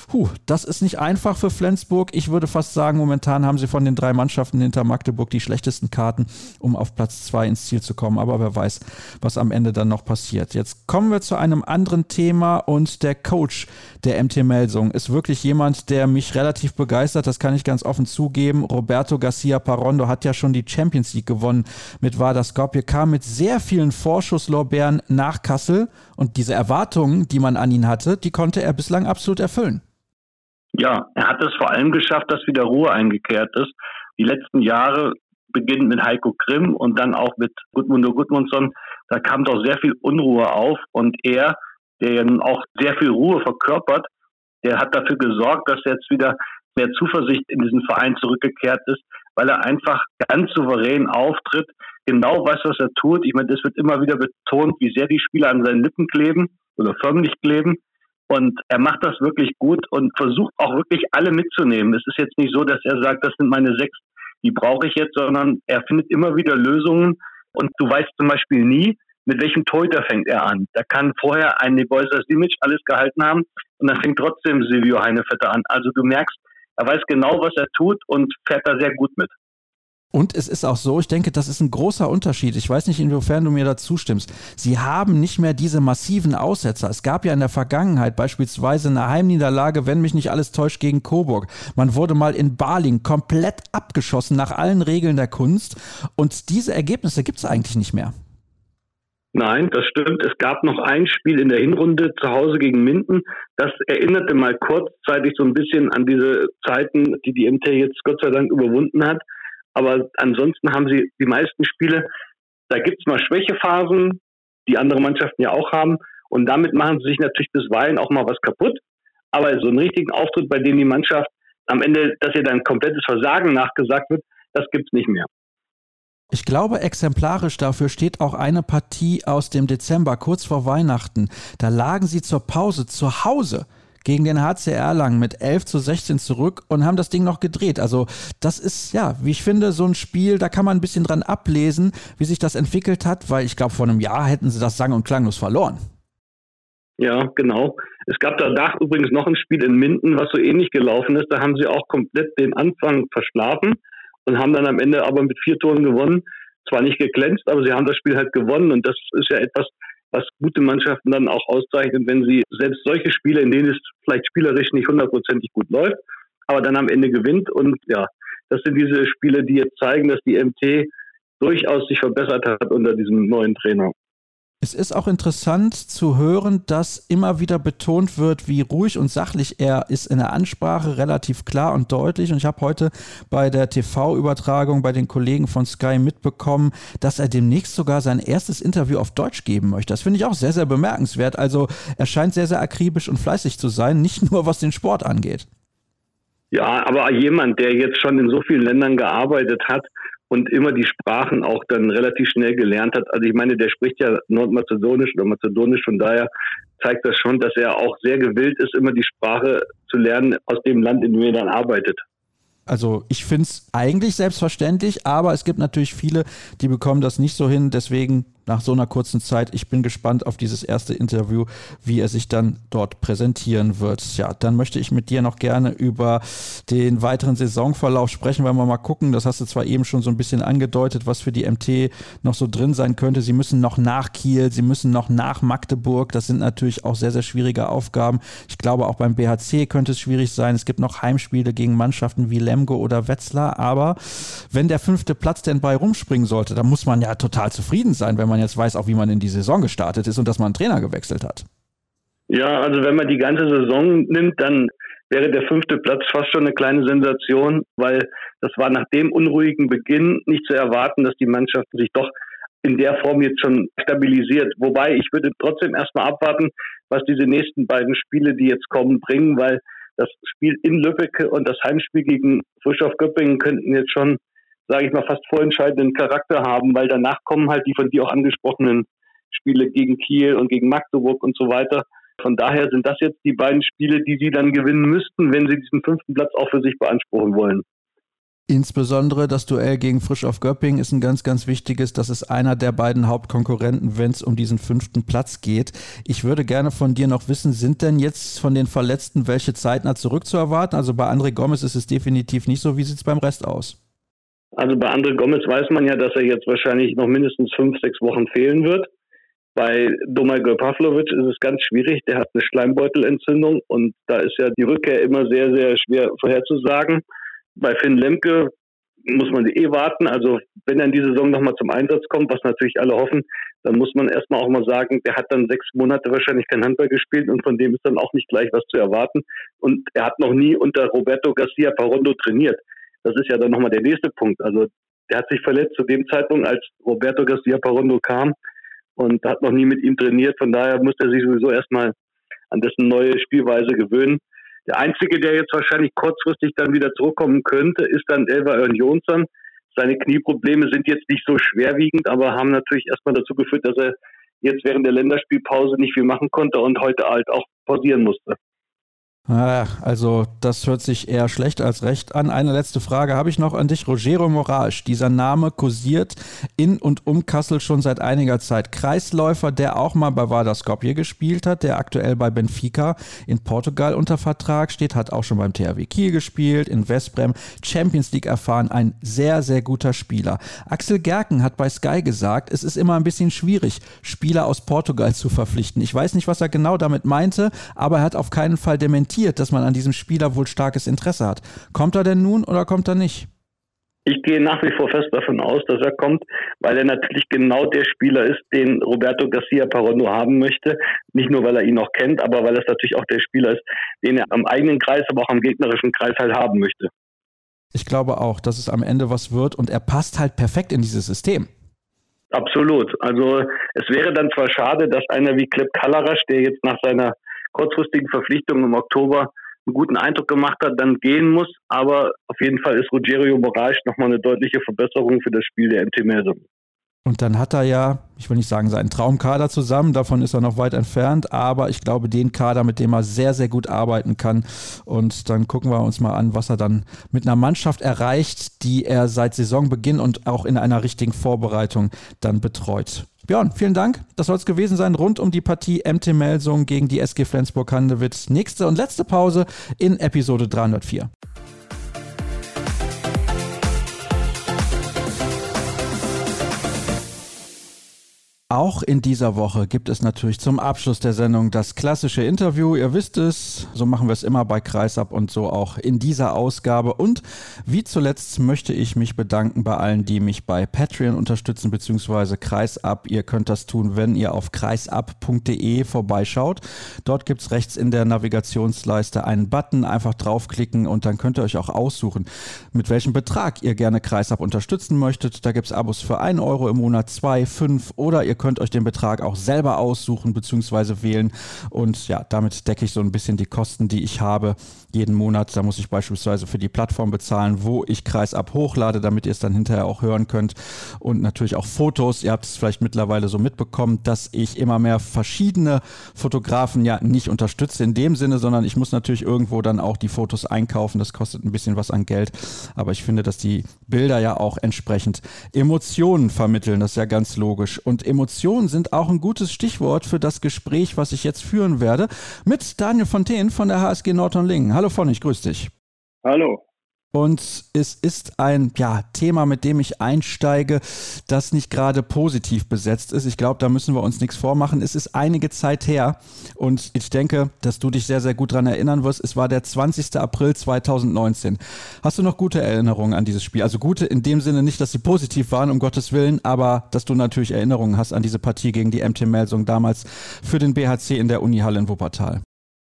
Das ist nicht einfach für Flensburg. Ich würde fast sagen, momentan haben sie von den 3 Mannschaften hinter Magdeburg die schlechtesten Karten, um auf Platz 2 ins Ziel zu kommen. Aber wer weiß, was am Ende dann noch passiert. Jetzt kommen wir zu einem anderen Thema und der Coach der MT Melsung ist wirklich jemand, der mich relativ begeistert. Das kann ich ganz offen zugeben. Roberto Garcia Parondo hat ja schon die Champions League gewonnen mit Vardar Skopje, kam mit sehr vielen Vorschusslorbeeren nach Kassel und diese Erwartungen, die man an ihn hatte, die konnte er bislang absolut erfüllen. Ja, er hat es vor allem geschafft, dass wieder Ruhe eingekehrt ist. Die letzten Jahre, beginnend mit Heiko Grimm und dann auch mit Gudmundur Gudmundsson, da kam doch sehr viel Unruhe auf und er, der ja nun auch sehr viel Ruhe verkörpert, der hat dafür gesorgt, dass jetzt wieder mehr Zuversicht in diesen Verein zurückgekehrt ist, weil er einfach ganz souverän auftritt, genau weiß, was er tut. Ich meine, es wird immer wieder betont, wie sehr die Spieler an seinen Lippen kleben oder förmlich kleben. Und er macht das wirklich gut und versucht auch wirklich alle mitzunehmen. Es ist jetzt nicht so, dass er sagt, das sind meine 6, die brauche ich jetzt, sondern er findet immer wieder Lösungen. Und du weißt zum Beispiel nie, mit welchem Torhüter fängt er an. Da kann vorher ein Nebojsa Simic alles gehalten haben und dann fängt trotzdem Silvio Heinevetter an. Also du merkst, er weiß genau, was er tut und fährt da sehr gut mit. Und es ist auch so, ich denke, das ist ein großer Unterschied. Ich weiß nicht, inwiefern du mir da zustimmst. Sie haben nicht mehr diese massiven Aussetzer. Es gab ja in der Vergangenheit beispielsweise eine Heimniederlage, wenn mich nicht alles täuscht, gegen Coburg. Man wurde mal in Baling komplett abgeschossen nach allen Regeln der Kunst. Und diese Ergebnisse gibt es eigentlich nicht mehr. Nein, das stimmt. Es gab noch ein Spiel in der Hinrunde zu Hause gegen Minden. Das erinnerte mal kurzzeitig so ein bisschen an diese Zeiten, die die MT jetzt Gott sei Dank überwunden hat. Aber ansonsten haben sie die meisten Spiele, da gibt es mal Schwächephasen, die andere Mannschaften ja auch haben. Und damit machen sie sich natürlich bisweilen auch mal was kaputt. Aber so einen richtigen Auftritt, bei dem die Mannschaft am Ende, dass ihr dann komplettes Versagen nachgesagt wird, das gibt es nicht mehr. Ich glaube, exemplarisch dafür steht auch eine Partie aus dem Dezember, kurz vor Weihnachten. Da lagen sie zur Pause zu Hause gegen den HC Erlangen mit 11:16 zurück und haben das Ding noch gedreht. Also das ist, ja, wie ich finde, so ein Spiel, da kann man ein bisschen dran ablesen, wie sich das entwickelt hat, weil ich glaube, vor einem Jahr hätten sie das sang- und klanglos verloren. Ja, genau. Es gab danach übrigens noch ein Spiel in Minden, was so ähnlich gelaufen ist. Da haben sie auch komplett den Anfang verschlafen und haben dann am Ende aber mit 4 Toren gewonnen. Zwar nicht geglänzt, aber sie haben das Spiel halt gewonnen und das ist ja etwas, was gute Mannschaften dann auch auszeichnet, wenn sie selbst solche Spiele, in denen es vielleicht spielerisch nicht 100%ig gut läuft, aber dann am Ende gewinnt. Und ja, das sind diese Spiele, die jetzt zeigen, dass die MT durchaus sich verbessert hat unter diesem neuen Trainer. Es ist auch interessant zu hören, dass immer wieder betont wird, wie ruhig und sachlich er ist in der Ansprache, relativ klar und deutlich. Und ich habe heute bei der TV-Übertragung bei den Kollegen von Sky mitbekommen, dass er demnächst sogar sein erstes Interview auf Deutsch geben möchte. Das finde ich auch sehr, sehr bemerkenswert. Also er scheint sehr, sehr akribisch und fleißig zu sein, nicht nur was den Sport angeht. Ja, aber jemand, der jetzt schon in so vielen Ländern gearbeitet hat und immer die Sprachen auch dann relativ schnell gelernt hat. Also ich meine, der spricht ja Nordmazedonisch oder Mazedonisch, von daher zeigt das schon, dass er auch sehr gewillt ist, immer die Sprache zu lernen aus dem Land, in dem er dann arbeitet. Also ich finde es eigentlich selbstverständlich, aber es gibt natürlich viele, die bekommen das nicht so hin. Deswegen nach so einer kurzen Zeit, ich bin gespannt auf dieses erste Interview, wie er sich dann dort präsentieren wird. Ja, dann möchte ich mit dir noch gerne über den weiteren Saisonverlauf sprechen, weil wir mal gucken, das hast du zwar eben schon so ein bisschen angedeutet, was für die MT noch so drin sein könnte. Sie müssen noch nach Kiel, sie müssen noch nach Magdeburg. Das sind natürlich auch sehr, sehr schwierige Aufgaben. Ich glaube, auch beim BHC könnte es schwierig sein. Es gibt noch Heimspiele gegen Mannschaften wie Lemgo oder Wetzlar, aber wenn der 5. Platz denn bei rumspringen sollte, dann muss man ja total zufrieden sein, wenn man jetzt weiß, auch wie man in die Saison gestartet ist und dass man einen Trainer gewechselt hat. Ja, also wenn man die ganze Saison nimmt, dann wäre der 5. Platz fast schon eine kleine Sensation, weil das war nach dem unruhigen Beginn nicht zu erwarten, dass die Mannschaft sich doch in der Form jetzt schon stabilisiert. Wobei ich würde trotzdem erstmal abwarten, was diese nächsten beiden Spiele, die jetzt kommen, bringen, weil das Spiel in Lübbecke und das Heimspiel gegen Frischhoff Göppingen könnten jetzt schon, sage ich mal, fast vorentscheidenden Charakter haben, weil danach kommen halt die von dir auch angesprochenen Spiele gegen Kiel und gegen Magdeburg und so weiter. Von daher sind das jetzt die beiden Spiele, die sie dann gewinnen müssten, wenn sie diesen 5. Platz auch für sich beanspruchen wollen. Insbesondere das Duell gegen Frischhoff Göppingen ist ein ganz, ganz wichtiges. Das ist einer der beiden Hauptkonkurrenten, wenn es um diesen 5. Platz geht. Ich würde gerne von dir noch wissen, sind denn jetzt von den Verletzten welche zeitnah zurückzuerwarten? Also bei André Gomes ist es definitiv nicht so. Wie sieht es beim Rest aus? Also bei André Gomes weiß man ja, dass er jetzt wahrscheinlich noch mindestens 5-6 Wochen fehlen wird. Bei Domagoj Pavlovic ist es ganz schwierig. Der hat eine Schleimbeutelentzündung und da ist ja die Rückkehr immer sehr, sehr schwer vorherzusagen. Bei Finn Lemke muss man warten. Also wenn er in die Saison nochmal zum Einsatz kommt, was natürlich alle hoffen, dann muss man erstmal auch mal sagen, der hat dann 6 Monate wahrscheinlich kein Handball gespielt und von dem ist dann auch nicht gleich was zu erwarten. Und er hat noch nie unter Roberto Garcia Parrondo trainiert. Das ist ja dann nochmal der nächste Punkt. Also der hat sich verletzt zu dem Zeitpunkt, als Roberto Garcia Parrondo kam und hat noch nie mit ihm trainiert. Von daher muss er sich sowieso erstmal an dessen neue Spielweise gewöhnen. Der Einzige, der jetzt wahrscheinlich kurzfristig dann wieder zurückkommen könnte, ist dann Elvar Örn Jonsson. Seine Knieprobleme sind jetzt nicht so schwerwiegend, aber haben natürlich erstmal dazu geführt, dass er jetzt während der Länderspielpause nicht viel machen konnte und heute halt auch pausieren musste. Also das hört sich eher schlecht als recht an. Eine letzte Frage habe ich noch an dich. Rogério Moraes, dieser Name kursiert in und um Kassel schon seit einiger Zeit. Kreisläufer, der auch mal bei Vardar Skopje gespielt hat, der aktuell bei Benfica in Portugal unter Vertrag steht, hat auch schon beim THW Kiel gespielt, in Westbrem, Champions League erfahren, ein sehr, sehr guter Spieler. Axel Gerken hat bei Sky gesagt, es ist immer ein bisschen schwierig, Spieler aus Portugal zu verpflichten. Ich weiß nicht, was er genau damit meinte, aber er hat auf keinen Fall dementiert, dass man an diesem Spieler wohl starkes Interesse hat. Kommt er denn nun oder kommt er nicht? Ich gehe nach wie vor fest davon aus, dass er kommt, weil er natürlich genau der Spieler ist, den Roberto Garcia Parrondo haben möchte. Nicht nur, weil er ihn noch kennt, aber weil es natürlich auch der Spieler ist, den er am eigenen Kreis, aber auch am gegnerischen Kreis halt haben möchte. Ich glaube auch, dass es am Ende was wird und er passt halt perfekt in dieses System. Absolut. Also es wäre dann zwar schade, dass einer wie Kleb Kalarasch, der jetzt nach seiner kurzfristigen Verpflichtung im Oktober einen guten Eindruck gemacht hat, dann gehen muss. Aber auf jeden Fall ist Rogério Moraes nochmal eine deutliche Verbesserung für das Spiel der MT Melsungen. Und dann hat er ja, ich will nicht sagen seinen Traumkader zusammen, davon ist er noch weit entfernt, aber ich glaube den Kader, mit dem er sehr, sehr gut arbeiten kann. Und dann gucken wir uns mal an, was er dann mit einer Mannschaft erreicht, die er seit Saisonbeginn und auch in einer richtigen Vorbereitung dann betreut. Björn, vielen Dank. Das soll es gewesen sein rund um die Partie MT Melsungen gegen die SG Flensburg-Handewitt. Nächste und letzte Pause in Episode 304. Auch in dieser Woche gibt es natürlich zum Abschluss der Sendung das klassische Interview. Ihr wisst es, so machen wir es immer bei Kreisab und so auch in dieser Ausgabe. Und wie zuletzt möchte ich mich bedanken bei allen, die mich bei Patreon unterstützen, beziehungsweise Kreisab. Ihr könnt das tun, wenn ihr auf kreisab.de vorbeischaut. Dort gibt es rechts in der Navigationsleiste einen Button, einfach draufklicken und dann könnt ihr euch auch aussuchen, mit welchem Betrag ihr gerne Kreisab unterstützen möchtet. Da gibt es Abos für 1 Euro im Monat, 2, 5 oder ihr könnt euch den Betrag auch selber aussuchen bzw. wählen und ja, damit decke ich so ein bisschen die Kosten, die ich habe jeden Monat. Da muss ich beispielsweise für die Plattform bezahlen, wo ich Kreisab hochlade, damit ihr es dann hinterher auch hören könnt und natürlich auch Fotos. Ihr habt es vielleicht mittlerweile so mitbekommen, dass ich immer mehr verschiedene Fotografen ja nicht unterstütze in dem Sinne, sondern ich muss natürlich irgendwo dann auch die Fotos einkaufen. Das kostet ein bisschen was an Geld, aber ich finde, dass die Bilder ja auch entsprechend Emotionen vermitteln. Das ist ja ganz logisch. Und Emotionen sind auch ein gutes Stichwort für das Gespräch, was ich jetzt führen werde, mit Daniel Fontaine von der HSG Nordhorn-Lingen. Hallo Fonny, ich grüße dich. Hallo. Und es ist ein Thema, mit dem ich einsteige, das nicht gerade positiv besetzt ist. Ich glaube, da müssen wir uns nichts vormachen. Es ist einige Zeit her und ich denke, dass du dich sehr, sehr gut daran erinnern wirst. Es war der 20. April 2019. Hast du noch gute Erinnerungen an dieses Spiel? Also gute in dem Sinne nicht, dass sie positiv waren, um Gottes Willen, aber dass du natürlich Erinnerungen hast an diese Partie gegen die MT Melsung damals für den BHC in der Unihalle in Wuppertal.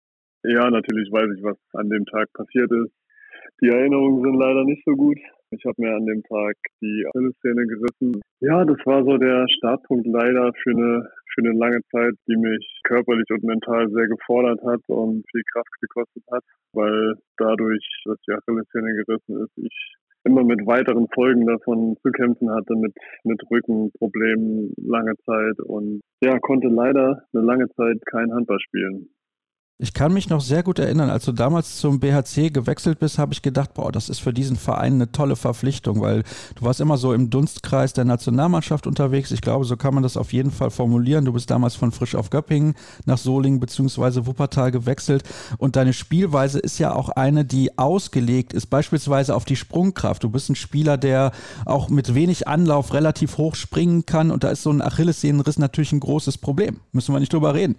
Ja, natürlich weiß ich, was an dem Tag passiert ist. Die Erinnerungen sind leider nicht so gut. Ich habe mir an dem Tag die Achillessehne gerissen. Ja, das war so der Startpunkt leider für eine lange Zeit, die mich körperlich und mental sehr gefordert hat und viel Kraft gekostet hat, weil dadurch, dass die Achillessehne gerissen ist, ich immer mit weiteren Folgen davon zu kämpfen hatte, mit Rückenproblemen lange Zeit und ja, konnte leider eine lange Zeit kein Handball spielen. Ich kann mich noch sehr gut erinnern, als du damals zum BHC gewechselt bist, habe ich gedacht, das ist für diesen Verein eine tolle Verpflichtung, weil du warst immer so im Dunstkreis der Nationalmannschaft unterwegs. Ich glaube, so kann man das auf jeden Fall formulieren. Du bist damals von Frisch auf Göppingen nach Solingen bzw. Wuppertal gewechselt und deine Spielweise ist ja auch eine, die ausgelegt ist, beispielsweise auf die Sprungkraft. Du bist ein Spieler, der auch mit wenig Anlauf relativ hoch springen kann und da ist so ein Achillessehnenriss natürlich ein großes Problem. Müssen wir nicht drüber reden.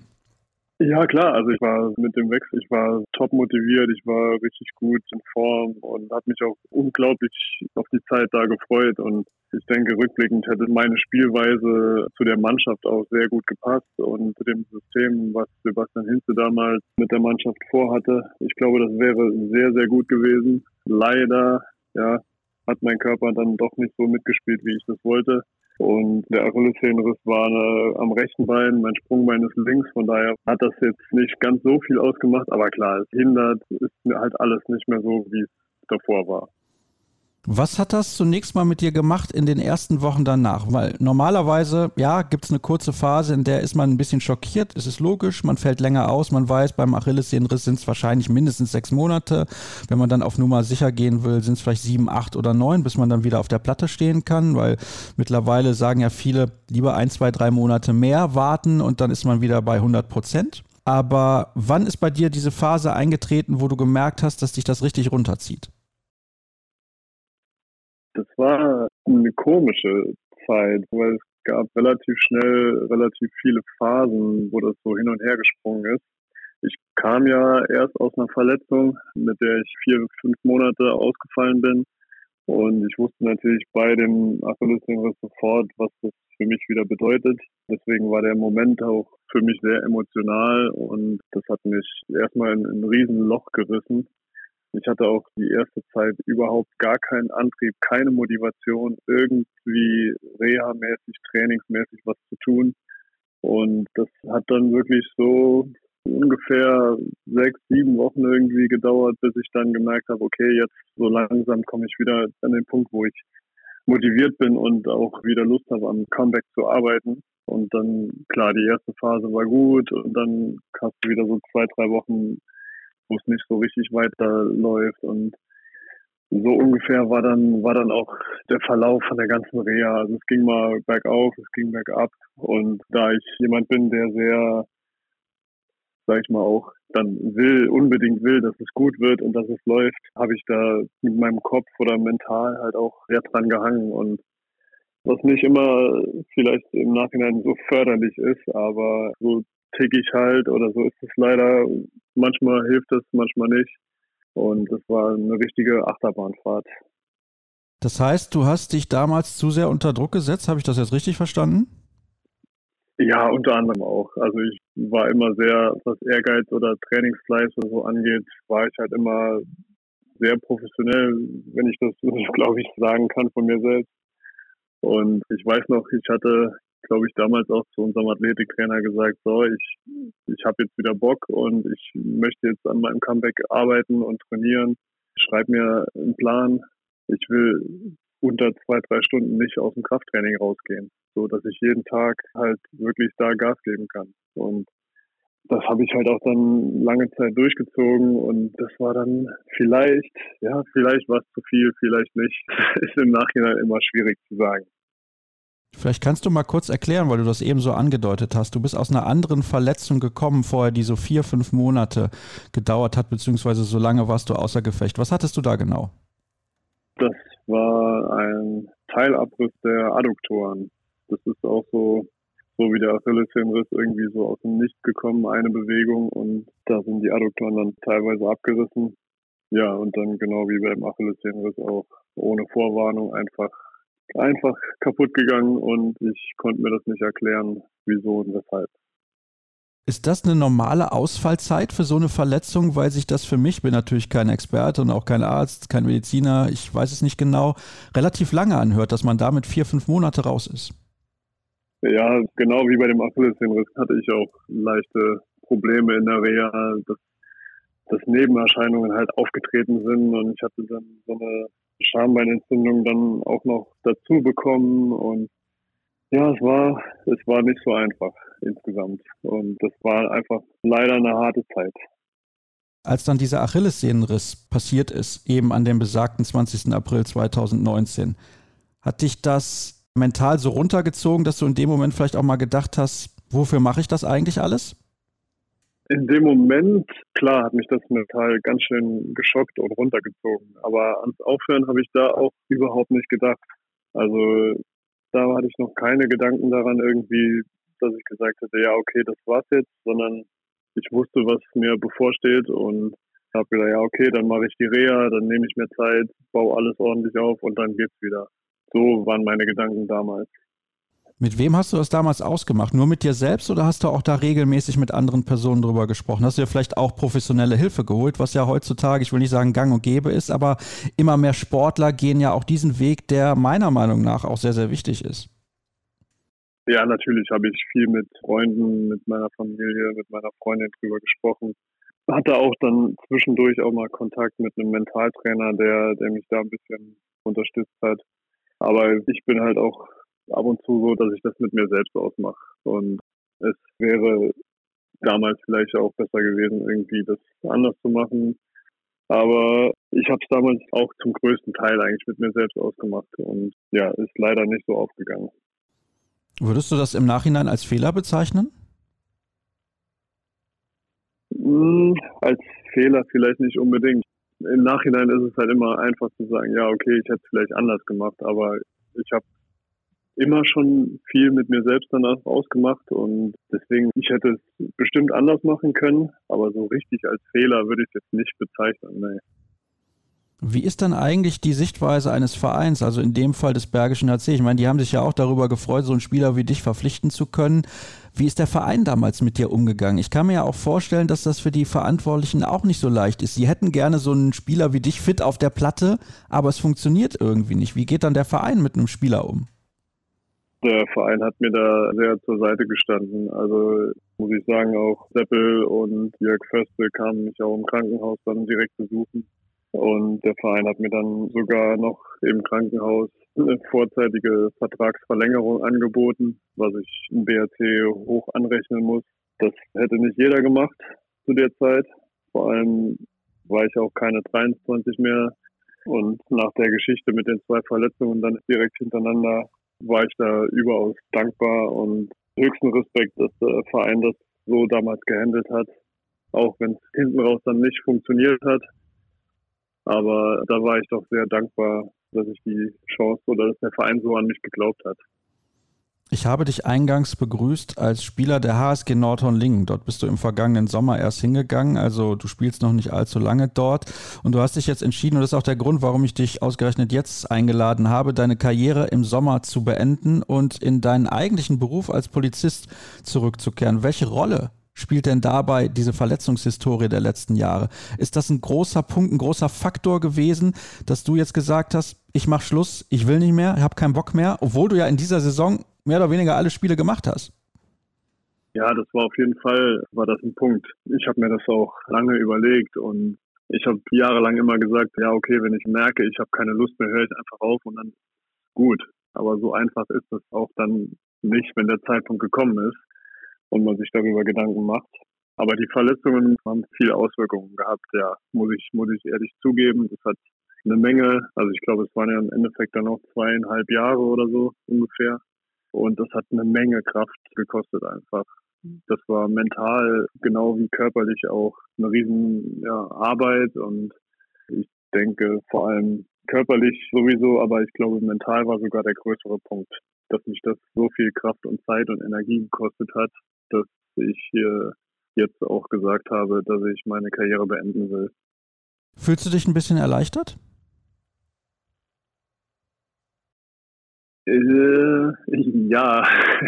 Ja, klar. Also ich war mit dem Wechsel, ich war top motiviert, ich war richtig gut in Form und habe mich auch unglaublich auf die Zeit da gefreut. Und ich denke, rückblickend hätte meine Spielweise zu der Mannschaft auch sehr gut gepasst und zu dem System, was Sebastian Hinze damals mit der Mannschaft vorhatte. Ich glaube, das wäre sehr, sehr gut gewesen. Leider, hat mein Körper dann doch nicht so mitgespielt, wie ich das wollte. Und der Achillessehnenriss war am rechten Bein, mein Sprungbein ist links, von daher hat das jetzt nicht ganz so viel ausgemacht, aber klar, es hindert, ist halt alles nicht mehr so, wie es davor war. Was hat das zunächst mal mit dir gemacht in den ersten Wochen danach? Weil normalerweise, gibt es eine kurze Phase, in der ist man ein bisschen schockiert. Es ist logisch, man fällt länger aus. Man weiß, beim Achillessehnenriss sind es wahrscheinlich mindestens 6 Monate. Wenn man dann auf Nummer sicher gehen will, sind es vielleicht 7, 8 oder 9, bis man dann wieder auf der Platte stehen kann. Weil mittlerweile sagen ja viele, lieber 1, 2, 3 Monate mehr warten und dann ist man wieder bei 100%. Aber wann ist bei dir diese Phase eingetreten, wo du gemerkt hast, dass dich das richtig runterzieht? Das war eine komische Zeit, weil es gab relativ schnell relativ viele Phasen, wo das so hin und her gesprungen ist. Ich kam ja erst aus einer Verletzung, mit der ich 4 bis 5 Monate ausgefallen bin. Und ich wusste natürlich bei dem Achillessehnenriss sofort, was das für mich wieder bedeutet. Deswegen war der Moment auch für mich sehr emotional und das hat mich erstmal in ein Riesenloch gerissen. Ich hatte auch die erste Zeit überhaupt gar keinen Antrieb, keine Motivation, irgendwie reha-mäßig, trainingsmäßig was zu tun. Und das hat dann wirklich so ungefähr 6, 7 Wochen irgendwie gedauert, bis ich dann gemerkt habe, okay, jetzt so langsam komme ich wieder an den Punkt, wo ich motiviert bin und auch wieder Lust habe, am Comeback zu arbeiten. Und dann, klar, die erste Phase war gut und dann hast du wieder so 2, 3 Wochen, wo es nicht so richtig weiterläuft und so ungefähr war dann auch der Verlauf von der ganzen Reha. Also es ging mal bergauf, es ging bergab und da ich jemand bin, der sehr, sag ich mal auch, dann unbedingt will, dass es gut wird und dass es läuft, habe ich da mit meinem Kopf oder mental halt auch sehr dran gehangen und was nicht immer vielleicht im Nachhinein so förderlich ist, aber so tick ich halt oder so ist es leider. Manchmal hilft es, manchmal nicht. Und das war eine richtige Achterbahnfahrt. Das heißt, du hast dich damals zu sehr unter Druck gesetzt. Habe ich das jetzt richtig verstanden? Ja, unter anderem auch. Also ich war immer sehr, was Ehrgeiz oder Trainingsfleiß oder so angeht, war ich halt immer sehr professionell, wenn ich das, glaube ich, sagen kann von mir selbst. Und ich weiß noch, ich hatte, glaube ich, damals auch zu unserem Athletiktrainer gesagt, so, ich habe jetzt wieder Bock und ich möchte jetzt an meinem Comeback arbeiten und trainieren. Schreib mir einen Plan. Ich will unter 2-3 Stunden nicht aus dem Krafttraining rausgehen, so dass ich jeden Tag halt wirklich da Gas geben kann. Und das habe ich halt auch dann lange Zeit durchgezogen und das war dann vielleicht war es zu viel, vielleicht nicht. Ist im Nachhinein immer schwierig zu sagen. Vielleicht kannst du mal kurz erklären, weil du das eben so angedeutet hast. Du bist aus einer anderen Verletzung gekommen vorher, die so 4-5 Monate gedauert hat, beziehungsweise so lange warst du außer Gefecht. Was hattest du da genau? Das war ein Teilabriss der Adduktoren. Das ist auch so wie der Achillessehnenriss irgendwie so aus dem Nichts gekommen, eine Bewegung und da sind die Adduktoren dann teilweise abgerissen. Ja, und dann genau wie beim Achillessehnenriss auch ohne Vorwarnung einfach kaputt gegangen und ich konnte mir das nicht erklären, wieso und weshalb. Ist das eine normale Ausfallzeit für so eine Verletzung, weil sich das für mich, bin natürlich kein Experte und auch kein Arzt, kein Mediziner, ich weiß es nicht genau, relativ lange anhört, dass man damit 4-5 Monate raus ist? Ja, genau wie bei dem Achillessehnenriss hatte ich auch leichte Probleme in der Reha, dass Nebenerscheinungen halt aufgetreten sind und ich hatte dann so eine Schambeinentzündung dann auch noch dazu bekommen und ja, es war nicht so einfach insgesamt und das war einfach leider eine harte Zeit. Als dann dieser Achillessehnenriss passiert ist, eben an dem besagten 20. April 2019, hat dich das mental so runtergezogen, dass du in dem Moment vielleicht auch mal gedacht hast, wofür mache ich das eigentlich alles? In dem Moment, klar, hat mich das mental ganz schön geschockt und runtergezogen. Aber ans Aufhören habe ich da auch überhaupt nicht gedacht. Also da hatte ich noch keine Gedanken daran irgendwie, dass ich gesagt hätte, ja okay, das war's jetzt, sondern ich wusste, was mir bevorsteht und habe gedacht, ja okay, dann mache ich die Reha, dann nehme ich mir Zeit, baue alles ordentlich auf und dann geht's wieder. So waren meine Gedanken damals. Mit wem hast du das damals ausgemacht? Nur mit dir selbst oder hast du auch da regelmäßig mit anderen Personen drüber gesprochen? Hast du dir vielleicht auch professionelle Hilfe geholt, was ja heutzutage, ich will nicht sagen gang und gäbe ist, aber immer mehr Sportler gehen ja auch diesen Weg, der meiner Meinung nach auch sehr, sehr wichtig ist. Ja, natürlich habe ich viel mit Freunden, mit meiner Familie, mit meiner Freundin drüber gesprochen. Hatte auch dann zwischendurch auch mal Kontakt mit einem Mentaltrainer, der mich da ein bisschen unterstützt hat. Aber ich bin halt auch ab und zu so, dass ich das mit mir selbst ausmache. Und es wäre damals vielleicht auch besser gewesen, irgendwie das anders zu machen. Aber ich habe es damals auch zum größten Teil eigentlich mit mir selbst ausgemacht. Und ja, ist leider nicht so aufgegangen. Würdest du das im Nachhinein als Fehler bezeichnen? Als Fehler vielleicht nicht unbedingt. Im Nachhinein ist es halt immer einfach zu sagen, ja, okay, ich hätte es vielleicht anders gemacht, aber ich habe immer schon viel mit mir selbst danach ausgemacht und deswegen, ich hätte es bestimmt anders machen können, aber so richtig als Fehler würde ich es jetzt nicht bezeichnen, nee. Wie ist dann eigentlich die Sichtweise eines Vereins, also in dem Fall des Bergischen HC? Ich meine, die haben sich ja auch darüber gefreut, so einen Spieler wie dich verpflichten zu können. Wie ist der Verein damals mit dir umgegangen? Ich kann mir ja auch vorstellen, dass das für die Verantwortlichen auch nicht so leicht ist. Sie hätten gerne so einen Spieler wie dich fit auf der Platte, aber es funktioniert irgendwie nicht. Wie geht dann der Verein mit einem Spieler um? Der Verein hat mir da sehr zur Seite gestanden. Also muss ich sagen, auch Seppel und Jörg Förste kamen mich auch im Krankenhaus dann direkt besuchen. Und der Verein hat mir dann sogar noch im Krankenhaus eine vorzeitige Vertragsverlängerung angeboten, was ich im BHC hoch anrechnen muss. Das hätte nicht jeder gemacht zu der Zeit. Vor allem war ich auch keine 23 mehr. Und nach der Geschichte mit den 2 Verletzungen dann direkt hintereinander war ich da überaus dankbar und höchsten Respekt, dass der Verein das so damals gehandelt hat. Auch wenn es hinten raus dann nicht funktioniert hat. Aber da war ich doch sehr dankbar, dass ich die Chance oder dass der Verein so an mich geglaubt hat. Ich habe dich eingangs begrüßt als Spieler der HSG Nordhorn-Lingen. Dort bist du im vergangenen Sommer erst hingegangen, also du spielst noch nicht allzu lange dort. Und du hast dich jetzt entschieden, und das ist auch der Grund, warum ich dich ausgerechnet jetzt eingeladen habe, deine Karriere im Sommer zu beenden und in deinen eigentlichen Beruf als Polizist zurückzukehren. Welche Rolle spielt denn dabei diese Verletzungshistorie der letzten Jahre? Ist das ein großer Punkt, ein großer Faktor gewesen, dass du jetzt gesagt hast, ich mache Schluss, ich will nicht mehr, ich habe keinen Bock mehr, obwohl du ja in dieser Saison mehr oder weniger alle Spiele gemacht hast. Ja, das war auf jeden Fall, war das ein Punkt. Ich habe mir das auch lange überlegt und ich habe jahrelang immer gesagt, ja okay, wenn ich merke, ich habe keine Lust mehr, höre ich einfach auf und dann gut. Aber so einfach ist das auch dann nicht, wenn der Zeitpunkt gekommen ist und man sich darüber Gedanken macht. Aber die Verletzungen haben viele Auswirkungen gehabt, ja, muss ich ehrlich zugeben. Das hat eine Menge, also ich glaube, es waren ja im Endeffekt dann noch 2,5 Jahre oder so ungefähr. Und das hat eine Menge Kraft gekostet einfach. Das war mental genau wie körperlich auch eine riesen Arbeit und ich denke vor allem körperlich sowieso, aber ich glaube mental war sogar der größere Punkt, dass mich das so viel Kraft und Zeit und Energie gekostet hat, dass ich hier jetzt auch gesagt habe, dass ich meine Karriere beenden will. Fühlst du dich ein bisschen erleichtert? Ja,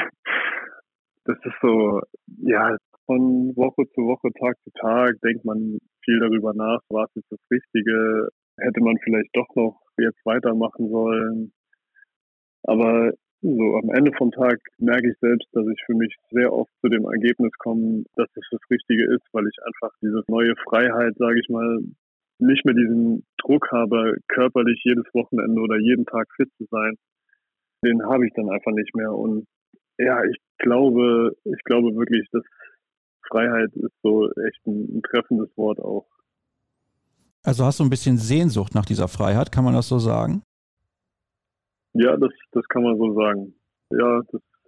das ist so, ja, von Woche zu Woche, Tag zu Tag denkt man viel darüber nach, was ist das Richtige, hätte man vielleicht doch noch jetzt weitermachen sollen. Aber so am Ende vom Tag merke ich selbst, dass ich für mich sehr oft zu dem Ergebnis komme, dass es das Richtige ist, weil ich einfach diese neue Freiheit, sage ich mal, nicht mehr diesen Druck habe, körperlich jedes Wochenende oder jeden Tag fit zu sein. Den habe ich dann einfach nicht mehr. Und ja, ich glaube wirklich, dass Freiheit ist so echt ein treffendes Wort auch. Also hast du ein bisschen Sehnsucht nach dieser Freiheit, kann man das so sagen? Ja, das kann man so sagen. Ja,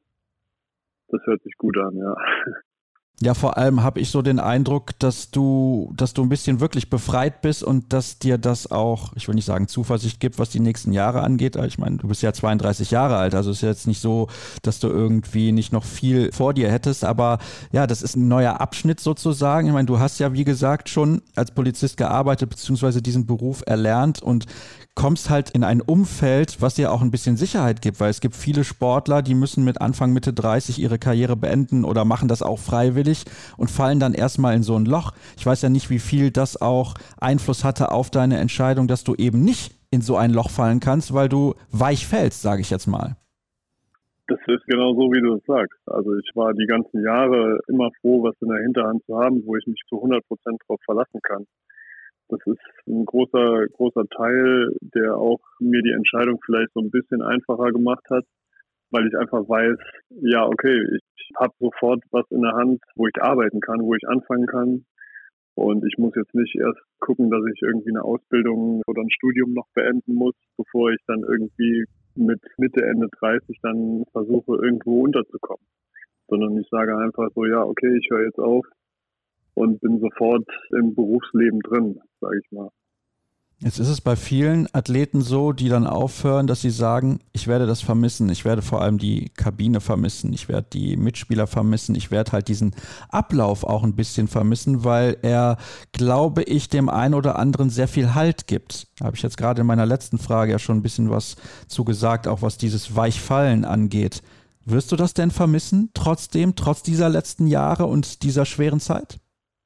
das hört sich gut an, ja. Ja, vor allem habe ich so den Eindruck, dass du ein bisschen wirklich befreit bist und dass dir das auch, ich will nicht sagen Zuversicht gibt, was die nächsten Jahre angeht. Ich meine, du bist ja 32 Jahre alt, also ist ja jetzt nicht so, dass du irgendwie nicht noch viel vor dir hättest, aber ja, das ist ein neuer Abschnitt sozusagen. Ich meine, du hast ja, wie gesagt, schon als Polizist gearbeitet, beziehungsweise diesen Beruf erlernt und kommst halt in ein Umfeld, was dir auch ein bisschen Sicherheit gibt, weil es gibt viele Sportler, die müssen mit Anfang, Mitte 30 ihre Karriere beenden oder machen das auch freiwillig und fallen dann erstmal in so ein Loch. Ich weiß ja nicht, wie viel das auch Einfluss hatte auf deine Entscheidung, dass du eben nicht in so ein Loch fallen kannst, weil du weich fällst, sage ich jetzt mal. Das ist genau so, wie du es sagst. Also ich war die ganzen Jahre immer froh, was in der Hinterhand zu haben, wo ich mich zu 100% drauf verlassen kann. Das ist ein großer Teil, der auch mir die Entscheidung vielleicht so ein bisschen einfacher gemacht hat, weil ich einfach weiß, ja, okay, ich habe sofort was in der Hand, wo ich arbeiten kann, wo ich anfangen kann. Und ich muss jetzt nicht erst gucken, dass ich irgendwie eine Ausbildung oder ein Studium noch beenden muss, bevor ich dann irgendwie mit Mitte, Ende 30 dann versuche, irgendwo unterzukommen. Sondern ich sage einfach so, ja, okay, ich höre jetzt auf und bin sofort im Berufsleben drin, sage ich mal. Jetzt ist es bei vielen Athleten so, die dann aufhören, dass sie sagen, ich werde das vermissen, ich werde vor allem die Kabine vermissen, ich werde die Mitspieler vermissen, ich werde halt diesen Ablauf auch ein bisschen vermissen, weil er, glaube ich, dem einen oder anderen sehr viel Halt gibt. Da habe ich jetzt gerade in meiner letzten Frage ja schon ein bisschen was zu gesagt, auch was dieses Weichfallen angeht. Wirst du das denn vermissen, trotz dieser letzten Jahre und dieser schweren Zeit?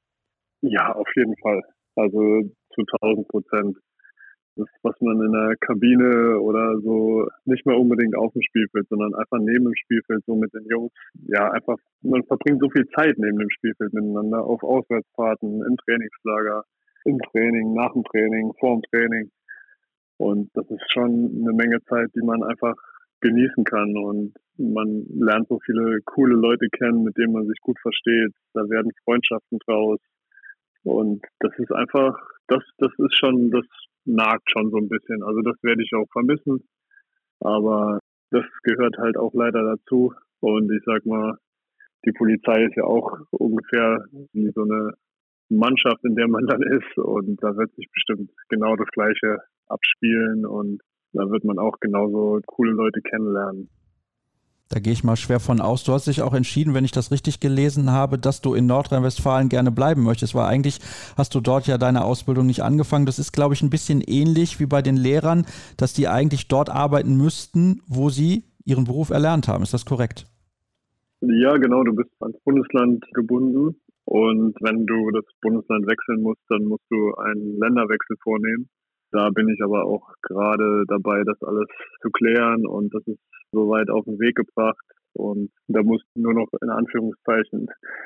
Ja, auf jeden Fall. Also zu 1000%. Das, was man in der Kabine oder so nicht mehr unbedingt auf dem Spielfeld, sondern einfach neben dem Spielfeld so mit den Jungs. Ja, einfach, man verbringt so viel Zeit neben dem Spielfeld miteinander auf Auswärtsfahrten, im Trainingslager, im Training, nach dem Training, vor dem Training. Und das ist schon eine Menge Zeit, die man einfach genießen kann. Und man lernt so viele coole Leute kennen, mit denen man sich gut versteht. Da werden Freundschaften draus. Und das ist einfach, das ist schon, das nagt schon so ein bisschen. Also das werde ich auch vermissen. Aber das gehört halt auch leider dazu. Und ich sag mal, die Polizei ist ja auch ungefähr wie so eine Mannschaft, in der man dann ist. Und da wird sich bestimmt genau das Gleiche abspielen. Und da wird man auch genauso coole Leute kennenlernen. Da gehe ich mal schwer von aus. Du hast dich auch entschieden, wenn ich das richtig gelesen habe, dass du in Nordrhein-Westfalen gerne bleiben möchtest, weil eigentlich hast du dort ja deine Ausbildung nicht angefangen. Das ist, glaube ich, ein bisschen ähnlich wie bei den Lehrern, dass die eigentlich dort arbeiten müssten, wo sie ihren Beruf erlernt haben. Ist das korrekt? Ja, genau. Du bist ans Bundesland gebunden. Und wenn du das Bundesland wechseln musst, dann musst du einen Länderwechsel vornehmen. Da bin ich aber auch gerade dabei, das alles zu klären und das ist soweit auf den Weg gebracht. Und da muss nur noch in Anführungszeichen,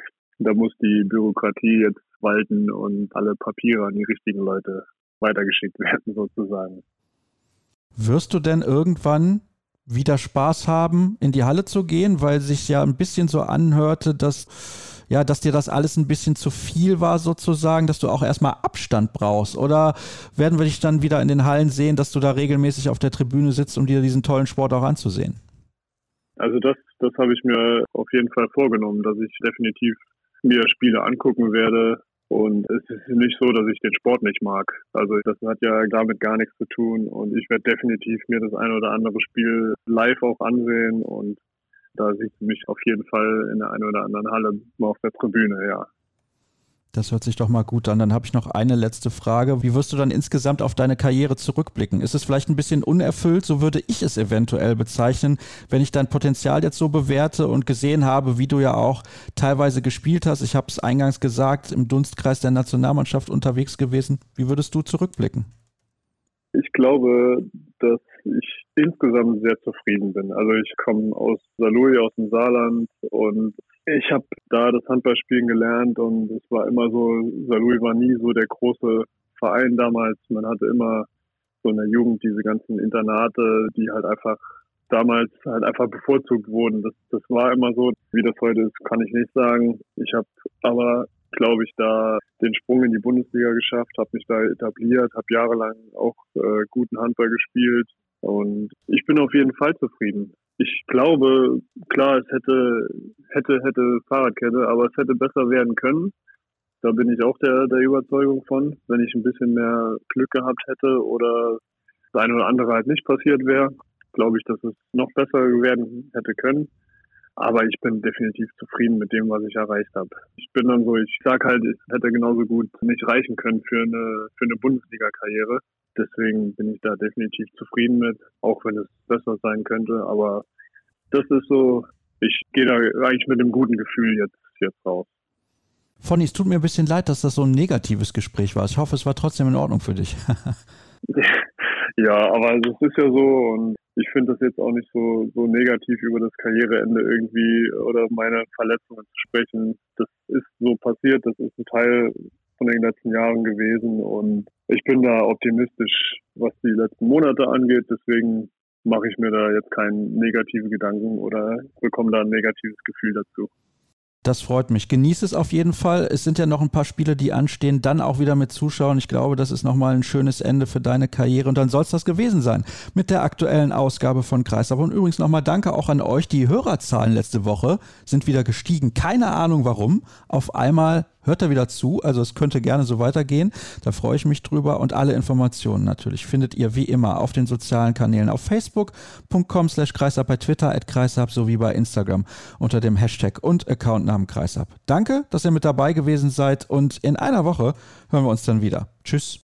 da muss die Bürokratie jetzt walten und alle Papiere an die richtigen Leute weitergeschickt werden sozusagen. Wirst du denn irgendwann wieder Spaß haben, in die Halle zu gehen, weil sich ja ein bisschen so anhörte, dass dir das alles ein bisschen zu viel war sozusagen, dass du auch erstmal Abstand brauchst? Oder werden wir dich dann wieder in den Hallen sehen, dass du da regelmäßig auf der Tribüne sitzt, um dir diesen tollen Sport auch anzusehen? Also das habe ich mir auf jeden Fall vorgenommen, dass ich definitiv mir Spiele angucken werde. Und es ist nicht so, dass ich den Sport nicht mag. Also das hat ja damit gar nichts zu tun. Und ich werde definitiv mir das ein oder andere Spiel live auch ansehen. Und da siehst du mich auf jeden Fall in der einen oder anderen Halle mal auf der Tribüne, ja. Das hört sich doch mal gut an. Dann habe ich noch eine letzte Frage. Wie wirst du dann insgesamt auf deine Karriere zurückblicken? Ist es vielleicht ein bisschen unerfüllt? So würde ich es eventuell bezeichnen, wenn ich dein Potenzial jetzt so bewerte und gesehen habe, wie du ja auch teilweise gespielt hast. Ich habe es eingangs gesagt, im Dunstkreis der Nationalmannschaft unterwegs gewesen. Wie würdest du zurückblicken? Ich glaube, dass ich insgesamt sehr zufrieden bin. Also ich komme aus Saarlouis, aus dem Saarland und ich habe da das Handballspielen gelernt und es war immer so, Saarlouis war nie so der große Verein damals. Man hatte immer so in der Jugend diese ganzen Internate, die halt einfach damals halt einfach bevorzugt wurden. Das war immer so. Wie das heute ist, kann ich nicht sagen. Ich habe aber, glaube ich, da den Sprung in die Bundesliga geschafft, habe mich da etabliert, habe jahrelang auch guten Handball gespielt und ich bin auf jeden Fall zufrieden. Ich glaube, klar, es hätte Fahrradkette, aber es hätte besser werden können. Da bin ich auch der Überzeugung von. Wenn ich ein bisschen mehr Glück gehabt hätte oder das eine oder andere halt nicht passiert wäre, glaube ich, dass es noch besser werden hätte können. Aber ich bin definitiv zufrieden mit dem, was ich erreicht habe. Ich bin dann so, ich sage halt, es hätte genauso gut nicht reichen können für eine Bundesliga-Karriere. Deswegen bin ich da definitiv zufrieden mit, auch wenn es besser sein könnte. Aber das ist so, ich gehe da eigentlich mit einem guten Gefühl jetzt raus. Fonny, es tut mir ein bisschen leid, dass das so ein negatives Gespräch war. Ich hoffe, es war trotzdem in Ordnung für dich. Ja, aber es ist ja so und ich finde das jetzt auch nicht so negativ über das Karriereende irgendwie oder meine Verletzungen zu sprechen. Das ist so passiert, das ist ein Teil von den letzten Jahren gewesen und ich bin da optimistisch, was die letzten Monate angeht. Deswegen mache ich mir da jetzt keine negativen Gedanken oder bekomme da ein negatives Gefühl dazu. Das freut mich. Genieß es auf jeden Fall. Es sind ja noch ein paar Spiele, die anstehen, dann auch wieder mit Zuschauern. Ich glaube, das ist nochmal ein schönes Ende für deine Karriere. Und dann soll es das gewesen sein mit der aktuellen Ausgabe von Kreisab. Und übrigens nochmal danke auch an euch. Die Hörerzahlen letzte Woche sind wieder gestiegen. Keine Ahnung warum. Auf einmal hört er wieder zu. Also es könnte gerne so weitergehen. Da freue ich mich drüber. Und alle Informationen natürlich findet ihr wie immer auf den sozialen Kanälen auf facebook.com/Kreisab, bei Twitter @Kreisab sowie bei Instagram unter dem Hashtag und Accountnamen Kreisab. Danke, dass ihr mit dabei gewesen seid und in einer Woche hören wir uns dann wieder. Tschüss.